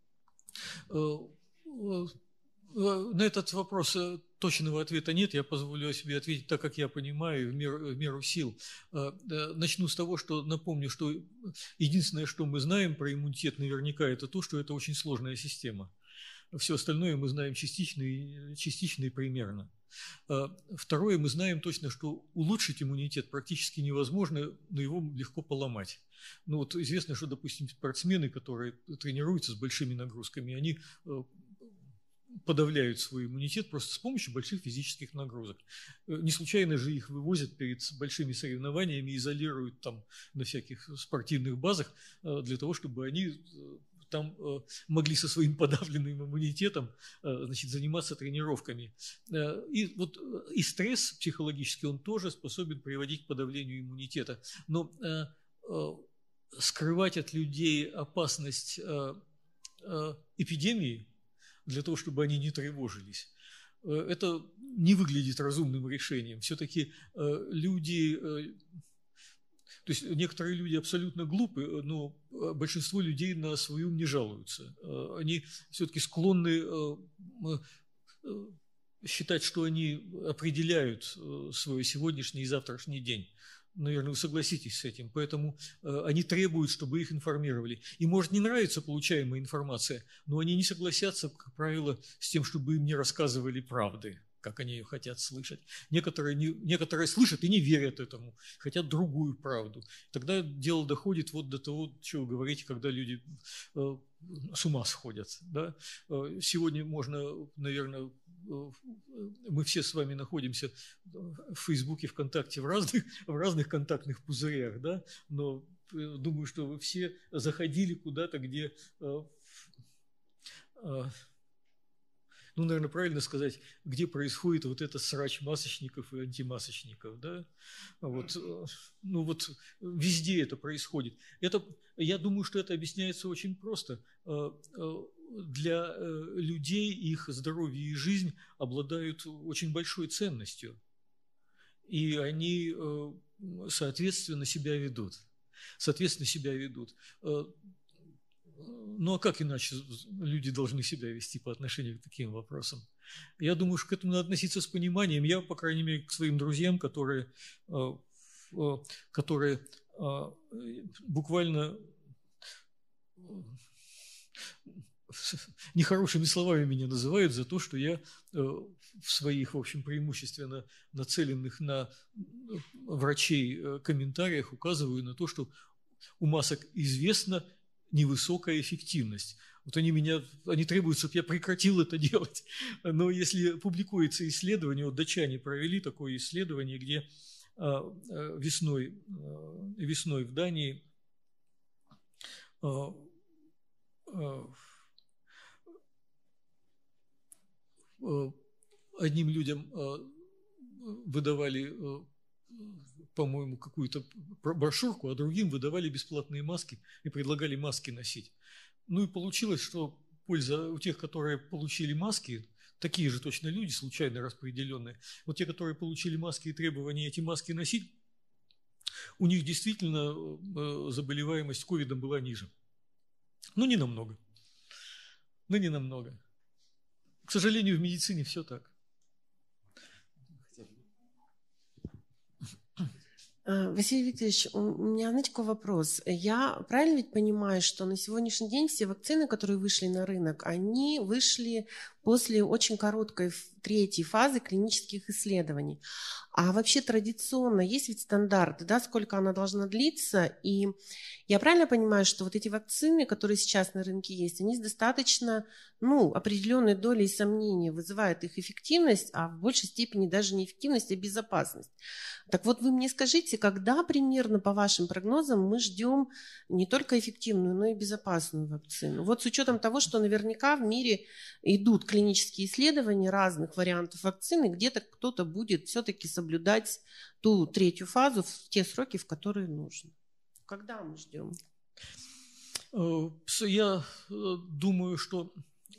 На этот вопрос точного ответа нет. Я позволю себе ответить так, как я понимаю, в меру, в меру сил. Начну с того, что напомню, что единственное, что мы знаем про иммунитет наверняка, это то, что это очень сложная система. Все остальное мы знаем частично и, частично и примерно. Второе, мы знаем точно, что улучшить иммунитет практически невозможно, но его легко поломать. Ну вот известно, что, допустим, спортсмены, которые тренируются с большими нагрузками, они подавляют свой иммунитет просто с помощью больших физических нагрузок. Не случайно же их вывозят перед большими соревнованиями, изолируют там на всяких спортивных базах для того, чтобы они там э, могли со своим подавленным иммунитетом э, значит, заниматься тренировками. Э, и, вот, и стресс психологический, он тоже способен приводить к подавлению иммунитета. Но э, э, скрывать от людей опасность э, э, эпидемии для того, чтобы они не тревожились, э, это не выглядит разумным решением. Все-таки э, люди... Э, То есть некоторые люди абсолютно глупы, но большинство людей на свой ум не жалуются. Они все-таки склонны считать, что они определяют свой сегодняшний и завтрашний день. Наверное, вы согласитесь с этим. Поэтому они требуют, чтобы их информировали. И может не нравится получаемая информация, но они не согласятся, как правило, с тем, чтобы им не рассказывали правды, как они ее хотят слышать. Некоторые, не, некоторые слышат и не верят этому, хотят другую правду. Тогда дело доходит вот до того, что вы говорите, когда люди э, с ума сходят. Да? Сегодня можно, наверное, э, мы все с вами находимся в Фейсбуке, ВКонтакте, в разных, в разных контактных пузырях, да? Но э, думаю, что вы все заходили куда-то, где... Э, э, ну, наверное, правильно сказать, где происходит вот это срач масочников и антимасочников, да, вот, ну вот везде это происходит. Это, я думаю, что это объясняется очень просто. Для людей их здоровье и жизнь обладают очень большой ценностью, и они, соответственно, себя ведут, соответственно, себя ведут. Ну, а как иначе люди должны себя вести по отношению к таким вопросам? Я думаю, что к этому надо относиться с пониманием. Я, по крайней мере, к своим друзьям, которые, которые буквально нехорошими словами меня называют за то, что я в своих, в общем, преимущественно нацеленных на врачей комментариях указываю на то, что у масок известно невысокая эффективность. Вот они меня, они требуют, чтобы я прекратил это делать. Но если публикуется исследование, вот датчане провели такое исследование, где весной, весной в Дании одним людям выдавали, по-моему, какую-то брошюрку, а другим выдавали бесплатные маски и предлагали маски носить. Ну и получилось, что польза у тех, которые получили маски, такие же точно люди, случайно распределенные, вот те, которые получили маски и требования эти маски носить, у них действительно заболеваемость ковидом была ниже. Но не намного. Но не намного. К сожалению, в медицине все так. Василий Викторович, у меня, знаете, такой вопрос. Я правильно ведь понимаю, что на сегодняшний день все вакцины, которые вышли на рынок, они вышли после очень короткой третьей фазы клинических исследований. А вообще традиционно есть ведь стандарты, да, сколько она должна длиться, и я правильно понимаю, что вот эти вакцины, которые сейчас на рынке есть, они с достаточно, ну, определенной долей сомнений вызывают их эффективность, а в большей степени даже не эффективность, а безопасность. Так вот, вы мне скажите, когда примерно, по вашим прогнозам, мы ждем не только эффективную, но и безопасную вакцину? Вот с учетом того, что наверняка в мире идут клинические исследования разных вариантов вакцины, где-то кто-то будет все-таки соблюдать ту третью фазу в те сроки, в которые нужно. Когда мы ждем? Я думаю, что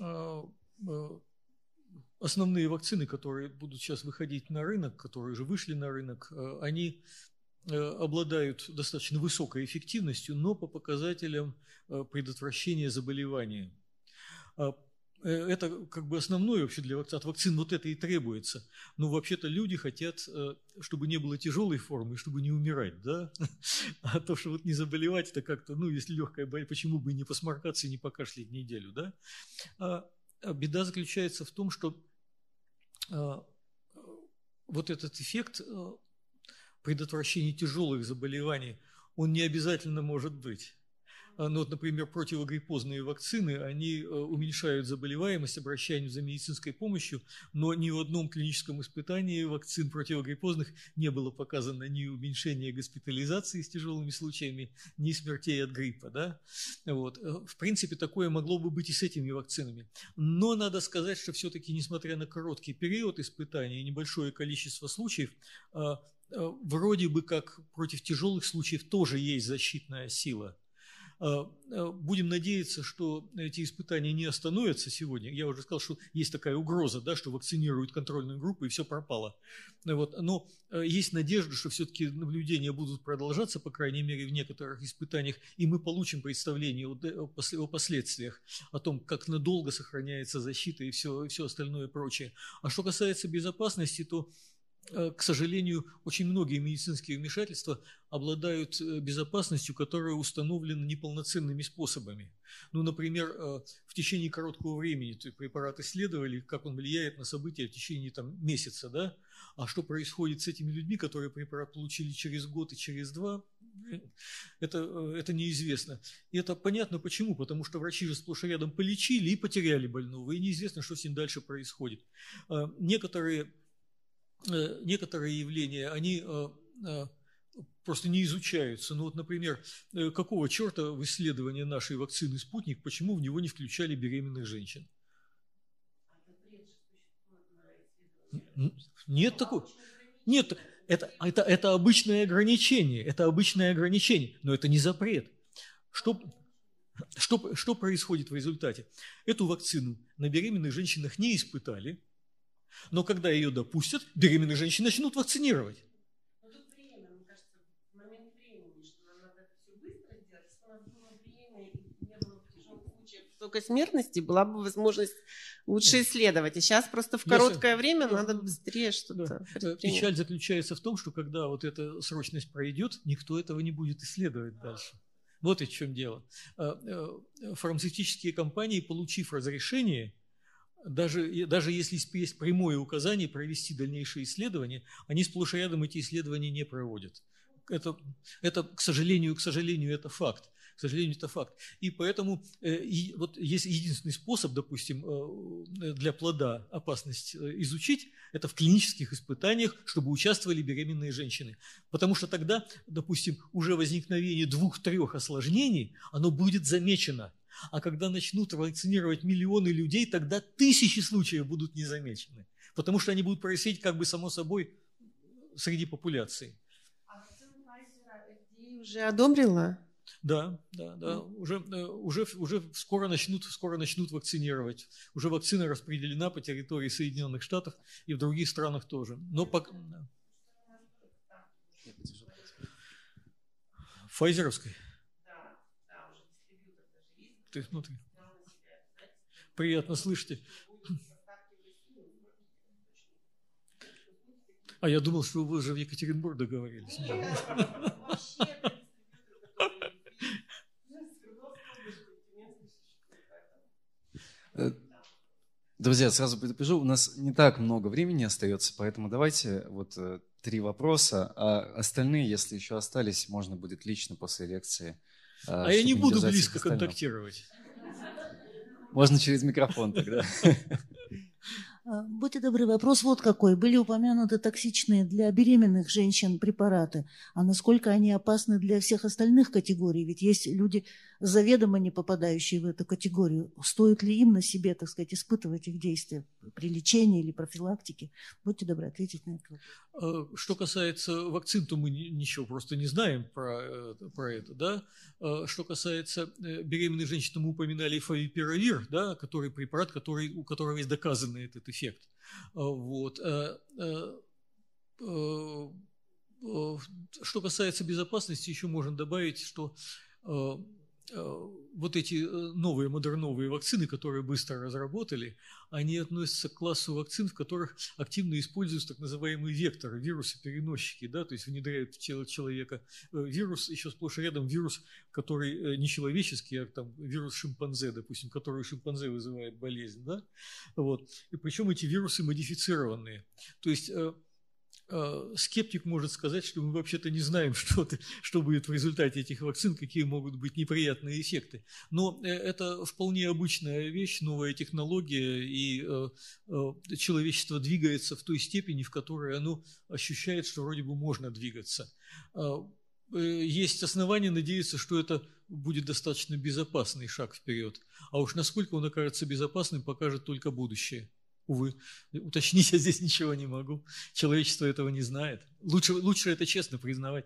основные вакцины, которые будут сейчас выходить на рынок, которые уже вышли на рынок, они обладают достаточно высокой эффективностью, но по показателям предотвращения заболевания. Это как бы основное вообще для вакцин. От вакцин вот это и требуется. Но вообще-то люди хотят, чтобы не было тяжелой формы, чтобы не умирать, да? А то, что вот не заболевать, это как-то, ну, если легкая болезнь, почему бы и не посморкаться и не покашлять неделю, да? А беда заключается в том, что вот этот эффект предотвращения тяжелых заболеваний, он не обязательно может быть. Ну, вот, например, противогриппозные вакцины, они уменьшают заболеваемость, обращение за медицинской помощью, но ни в одном клиническом испытании вакцин противогриппозных не было показано ни уменьшение госпитализации с тяжелыми случаями, ни смертей от гриппа. Да? Вот. В принципе, такое могло бы быть и с этими вакцинами. Но надо сказать, что все-таки, несмотря на короткий период испытаний и небольшое количество случаев, вроде бы как против тяжелых случаев тоже есть защитная сила. Будем надеяться, что эти испытания не остановятся сегодня. Я уже сказал, что есть такая угроза, да, что вакцинируют контрольную группу и все пропало. Вот. Но есть надежда, что все-таки наблюдения будут продолжаться, по крайней мере, в некоторых испытаниях, и мы получим представление о последствиях, о том, как надолго сохраняется защита и все, и все остальное прочее. А что касается безопасности, то, к сожалению, очень многие медицинские вмешательства обладают безопасностью, которая установлена неполноценными способами. Ну, например, в течение короткого времени препарат исследовали, как он влияет на события в течение там, месяца, да? А что происходит с этими людьми, которые препарат получили через год и через два, это, это неизвестно. И это понятно почему, потому что врачи же сплошь и рядом полечили и потеряли больного, и неизвестно, что с ним дальше происходит. Некоторые Некоторые явления, они просто не изучаются. Ну вот, например, какого черта в исследовании нашей вакцины «Спутник», почему в него не включали беременных женщин? Нет такого. Нет, это, это, это обычное ограничение, это обычное ограничение, но это не запрет. Что, что, что происходит в результате? Эту вакцину на беременных женщинах не испытали, но когда ее допустят, беременных женщин начнут вакцинировать. Но тут время, мне кажется, в момент времени, что нам надо это все быстро сделать, если у нас было время и не было тяжелых случаев высокой смертности, была бы возможность лучше исследовать. И сейчас просто в короткое время надо быстрее что-то предпринять. Печаль заключается в том, что когда вот эта срочность пройдет, никто этого не будет исследовать дальше. Вот и в чем дело. Фармацевтические компании, получив разрешение, Даже, даже если есть прямое указание провести дальнейшие исследования, они сплошь и рядом эти исследования не проводят. Это, это к сожалению, к сожалению, это факт. К сожалению, это факт. И поэтому э, и, вот есть единственный способ, допустим, э, для плода опасность э, изучить, это в клинических испытаниях, чтобы участвовали беременные женщины. Потому что тогда, допустим, уже возникновение двух-трех осложнений, оно будет замечено. А когда начнут вакцинировать миллионы людей, тогда тысячи случаев будут не замечены. Потому что они будут происходить как бы само собой среди популяции. А вакцину Pfizer эф ди эй уже одобрила? Да, да, да. Уже, уже, уже скоро, начнут, скоро начнут вакцинировать. Уже вакцина распределена по территории Соединенных Штатов и в других странах тоже. Но пока... Файзеровской? Ты смотри. Приятно слышите. А я думал, что вы уже в Екатеринбург договорились. Друзья, сразу предупрежу, у нас не так много времени остается, поэтому давайте вот э, три вопроса, а остальные, если еще остались, можно будет лично после лекции. Э, а я не буду близко контактировать. Можно через микрофон тогда. Будьте добры, вопрос вот какой. Были упомянуты токсичные для беременных женщин препараты. А насколько они опасны для всех остальных категорий? Ведь есть люди, заведомо не попадающие в эту категорию. Стоит ли им на себе, так сказать, испытывать их действия при лечении или профилактике? Будьте добры, ответить на это. Что касается вакцин, то мы ничего просто не знаем про, про это. Да? Что касается беременных женщин, мы упоминали фавипиравир, да, который препарат, который, у которого есть доказанный этот эффект. Вот. Что касается безопасности, еще можно добавить, что вот эти новые модерновые вакцины, которые быстро разработали, они относятся к классу вакцин, в которых активно используются так называемые векторы, вирусы-переносчики, да, то есть внедряют в тело человека вирус, еще сплошь и рядом вирус, который не человеческий, а там вирус шимпанзе, допустим, который у шимпанзе вызывает болезнь, да, вот, и причем эти вирусы модифицированные, то есть скептик может сказать, что мы вообще-то не знаем, что, что будет в результате этих вакцин, какие могут быть неприятные эффекты. Но это вполне обычная вещь, новая технология, и человечество двигается в той степени, в которой оно ощущает, что вроде бы можно двигаться. Есть основания надеяться, что это будет достаточно безопасный шаг вперед. А уж насколько он окажется безопасным, покажет только будущее. Увы, уточнить я здесь ничего не могу. Человечество этого не знает. Лучше, лучше это честно признавать.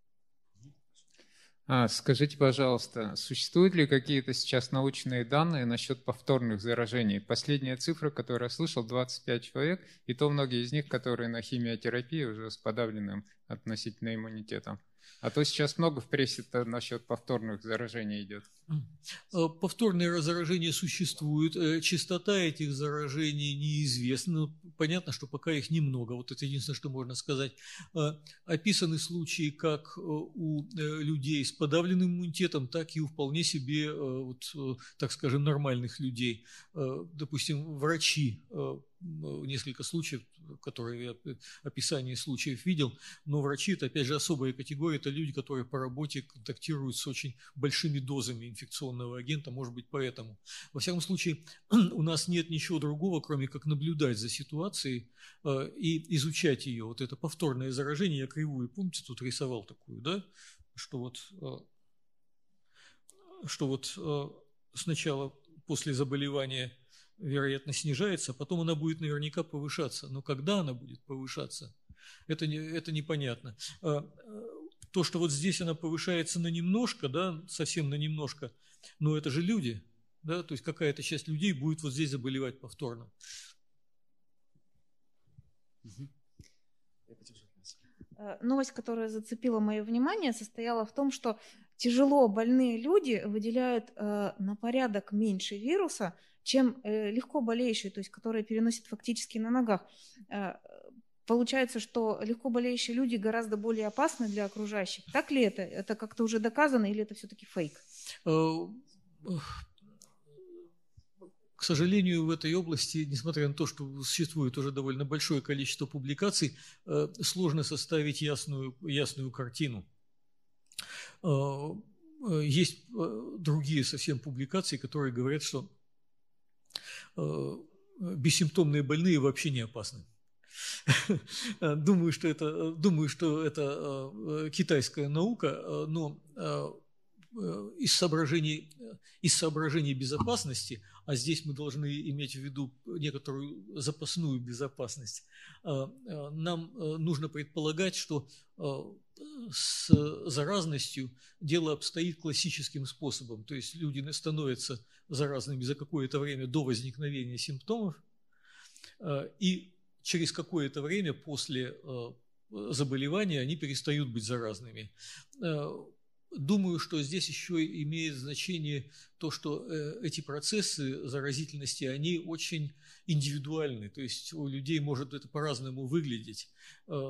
А, скажите, пожалуйста, существуют ли какие-то сейчас научные данные насчет повторных заражений? Последняя цифра, которую я слышал, двадцать пять человек, и то многие из них, которые на химиотерапии уже с подавленным относительно иммунитетом. А то сейчас много в прессе насчет повторных заражений идет. Повторные заражения существуют. Частота этих заражений неизвестна. Понятно, что пока их немного. Вот это единственное, что можно сказать. Описаны случаи как у людей с подавленным иммунитетом, так и у вполне себе, вот, так скажем, нормальных людей. Допустим, врачи. Несколько случаев, которые я описание случаев видел, но врачи – это, опять же, особая категория, это люди, которые по работе контактируют с очень большими дозами инфекционного агента, может быть, поэтому. Во всяком случае, у нас нет ничего другого, кроме как наблюдать за ситуацией э, и изучать ее. Вот это повторное заражение, я кривую, помните, тут рисовал такую, да, что вот, э, что вот э, сначала после заболевания вероятно снижается, а потом она будет наверняка повышаться. Но когда она будет повышаться, это, не, это непонятно. То, что вот здесь она повышается на немножко, да, совсем на немножко, но это же люди, да, то есть какая-то часть людей будет вот здесь заболевать повторно. Новость, которая зацепила мое внимание, состояла в том, что тяжело больные люди выделяют э, на порядок меньше вируса, чем э, легко болеющие, то есть которые переносят фактически на ногах. Э, получается, что легко болеющие люди гораздо более опасны для окружающих. Так ли это? Это как-то уже доказано или это все-таки фейк? К сожалению, в этой области, несмотря на то, что существует уже довольно большое количество публикаций, сложно составить ясную, ясную картину. Есть другие совсем публикации, которые говорят, что бессимптомные больные вообще не опасны. Думаю, что это, думаю, что это китайская наука, но из соображений, из соображений безопасности, а здесь мы должны иметь в виду некоторую запасную безопасность, нам нужно предполагать, что с заразностью дело обстоит классическим способом, то есть люди становятся заразными за какое-то время до возникновения симптомов, и через какое-то время после заболевания они перестают быть заразными. Думаю, что здесь еще имеет значение то, что эти процессы заразительности, они очень индивидуальны, то есть у людей может это по-разному выглядеть.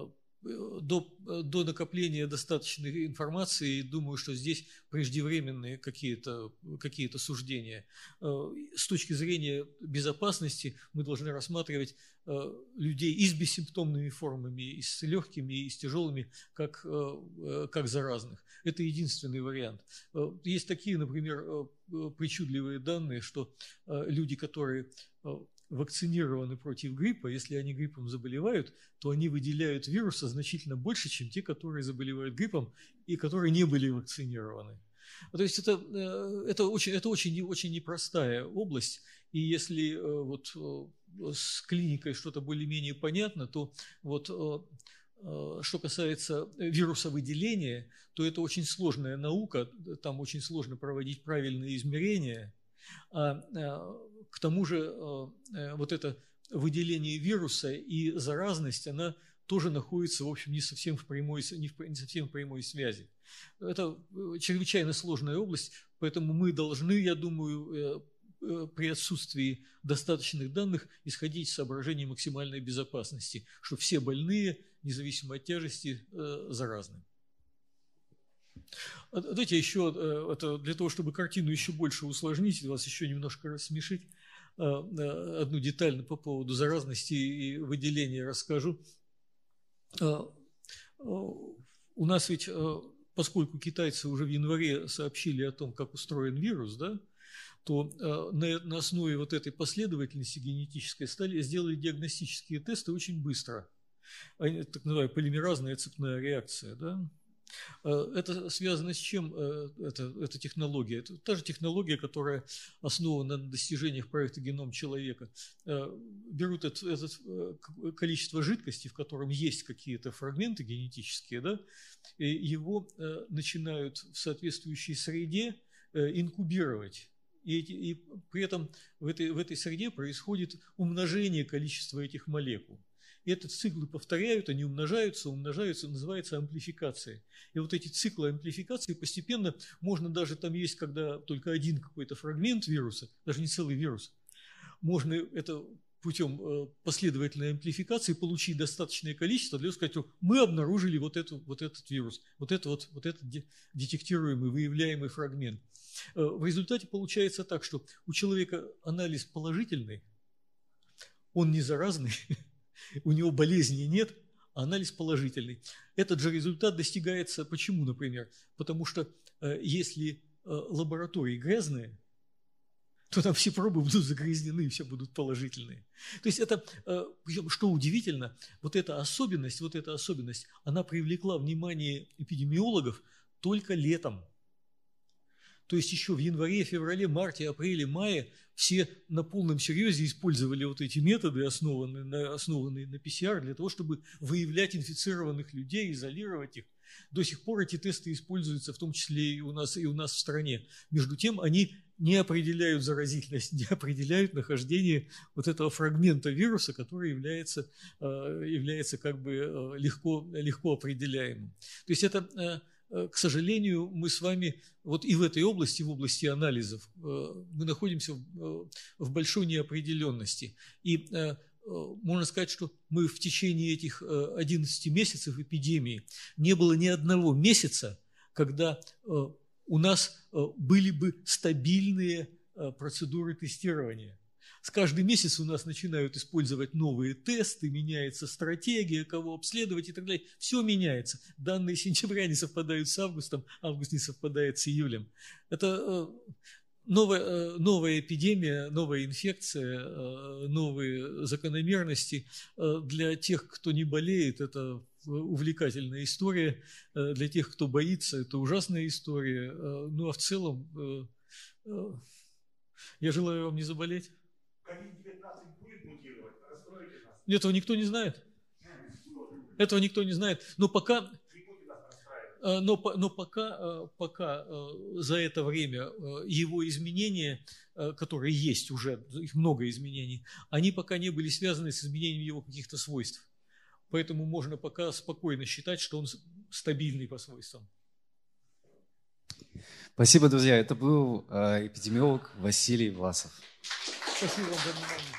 до, до накопления достаточной информации, думаю, что здесь преждевременные какие-то, какие-то суждения. С точки зрения безопасности мы должны рассматривать людей и с бессимптомными формами, и с легкими, и с тяжелыми, как, как заразных. Это единственный вариант. Есть такие, например, причудливые данные, что люди, которые вакцинированы против гриппа, если они гриппом заболевают, то они выделяют вируса значительно больше, чем те, которые заболевают гриппом и которые не были вакцинированы. То есть это, это, очень, это очень, очень непростая область, и если вот с клиникой что-то более-менее понятно, то вот что касается вирусовыделения, то это очень сложная наука, там очень сложно проводить правильные измерения. А к тому же вот это выделение вируса и заразность, она тоже находится, в общем, не совсем в прямой, не в, не совсем в прямой связи. Это чрезвычайно сложная область, поэтому мы должны, я думаю, при отсутствии достаточных данных исходить из соображений максимальной безопасности, что все больные, независимо от тяжести, заразны. Давайте еще, это для того, чтобы картину еще больше усложнить, вас еще немножко рассмешить, одну деталь по поводу заразности и выделения расскажу. У нас ведь, поскольку китайцы уже в январе сообщили о том, как устроен вирус, да, то на, на основе вот этой последовательности генетической стали, сделали диагностические тесты очень быстро. Они, так называемая полимеразная цепная реакция, да. Это связано с чем, это, эта технология? Это та же технология, которая основана на достижениях проекта «Геном человека». Берут это, это количество жидкости, в котором есть какие-то фрагменты генетические, да, и его начинают в соответствующей среде инкубировать. И, эти, и при этом в этой, в этой среде происходит умножение количества этих молекул. И этот циклы повторяют, они умножаются, умножаются, называется амплификация. И вот эти циклы амплификации постепенно, можно даже, там есть, когда только один какой-то фрагмент вируса, даже не целый вирус, можно это путем последовательной амплификации получить достаточное количество для того, сказать, что мы обнаружили вот, эту, вот этот вирус, вот, это вот, вот этот детектируемый, выявляемый фрагмент. В результате получается так, что у человека анализ положительный, он не заразный, у него болезни нет, а анализ положительный. Этот же результат достигается почему, например? Потому что э, если э, лаборатории грязные, то там все пробы будут загрязнены, все будут положительные. То есть это, э, причем, что удивительно, вот эта особенность, вот эта особенность, она привлекла внимание эпидемиологов только летом. То есть еще в январе, феврале, марте, апреле, мае все на полном серьезе использовали вот эти методы, основанные на, основанные на пи си ар, для того, чтобы выявлять инфицированных людей, изолировать их. До сих пор эти тесты используются, в том числе и у нас, и у нас в стране. Между тем, они не определяют заразительность, не определяют нахождение вот этого фрагмента вируса, который является, является как бы легко, легко определяемым. То есть это... К сожалению, мы с вами вот и в этой области, в области анализов, мы находимся в большой неопределенности. И можно сказать, что мы в течение этих одиннадцати месяцев эпидемии не было ни одного месяца, когда у нас были бы стабильные процедуры тестирования. С каждым месяцем у нас начинают использовать новые тесты, меняется стратегия, кого обследовать и так далее. Все меняется. Данные сентября не совпадают с августом, август не совпадает с июлем. Это новая, новая эпидемия, новая инфекция, новые закономерности. Для тех, кто не болеет, это увлекательная история. Для тех, кто боится, это ужасная история. Ну а в целом, я желаю вам не заболеть. ковид девятнадцать будет мутировать? Расстройте нас. Этого никто не знает. Этого никто не знает. Но пока, но, но пока, пока за это время его изменения, которые есть уже, их много изменений, они пока не были связаны с изменением его каких-то свойств. Поэтому можно пока спокойно считать, что он стабильный по свойствам. Спасибо, друзья. Это был эпидемиолог Василий Власов. Спасибо вам за внимание.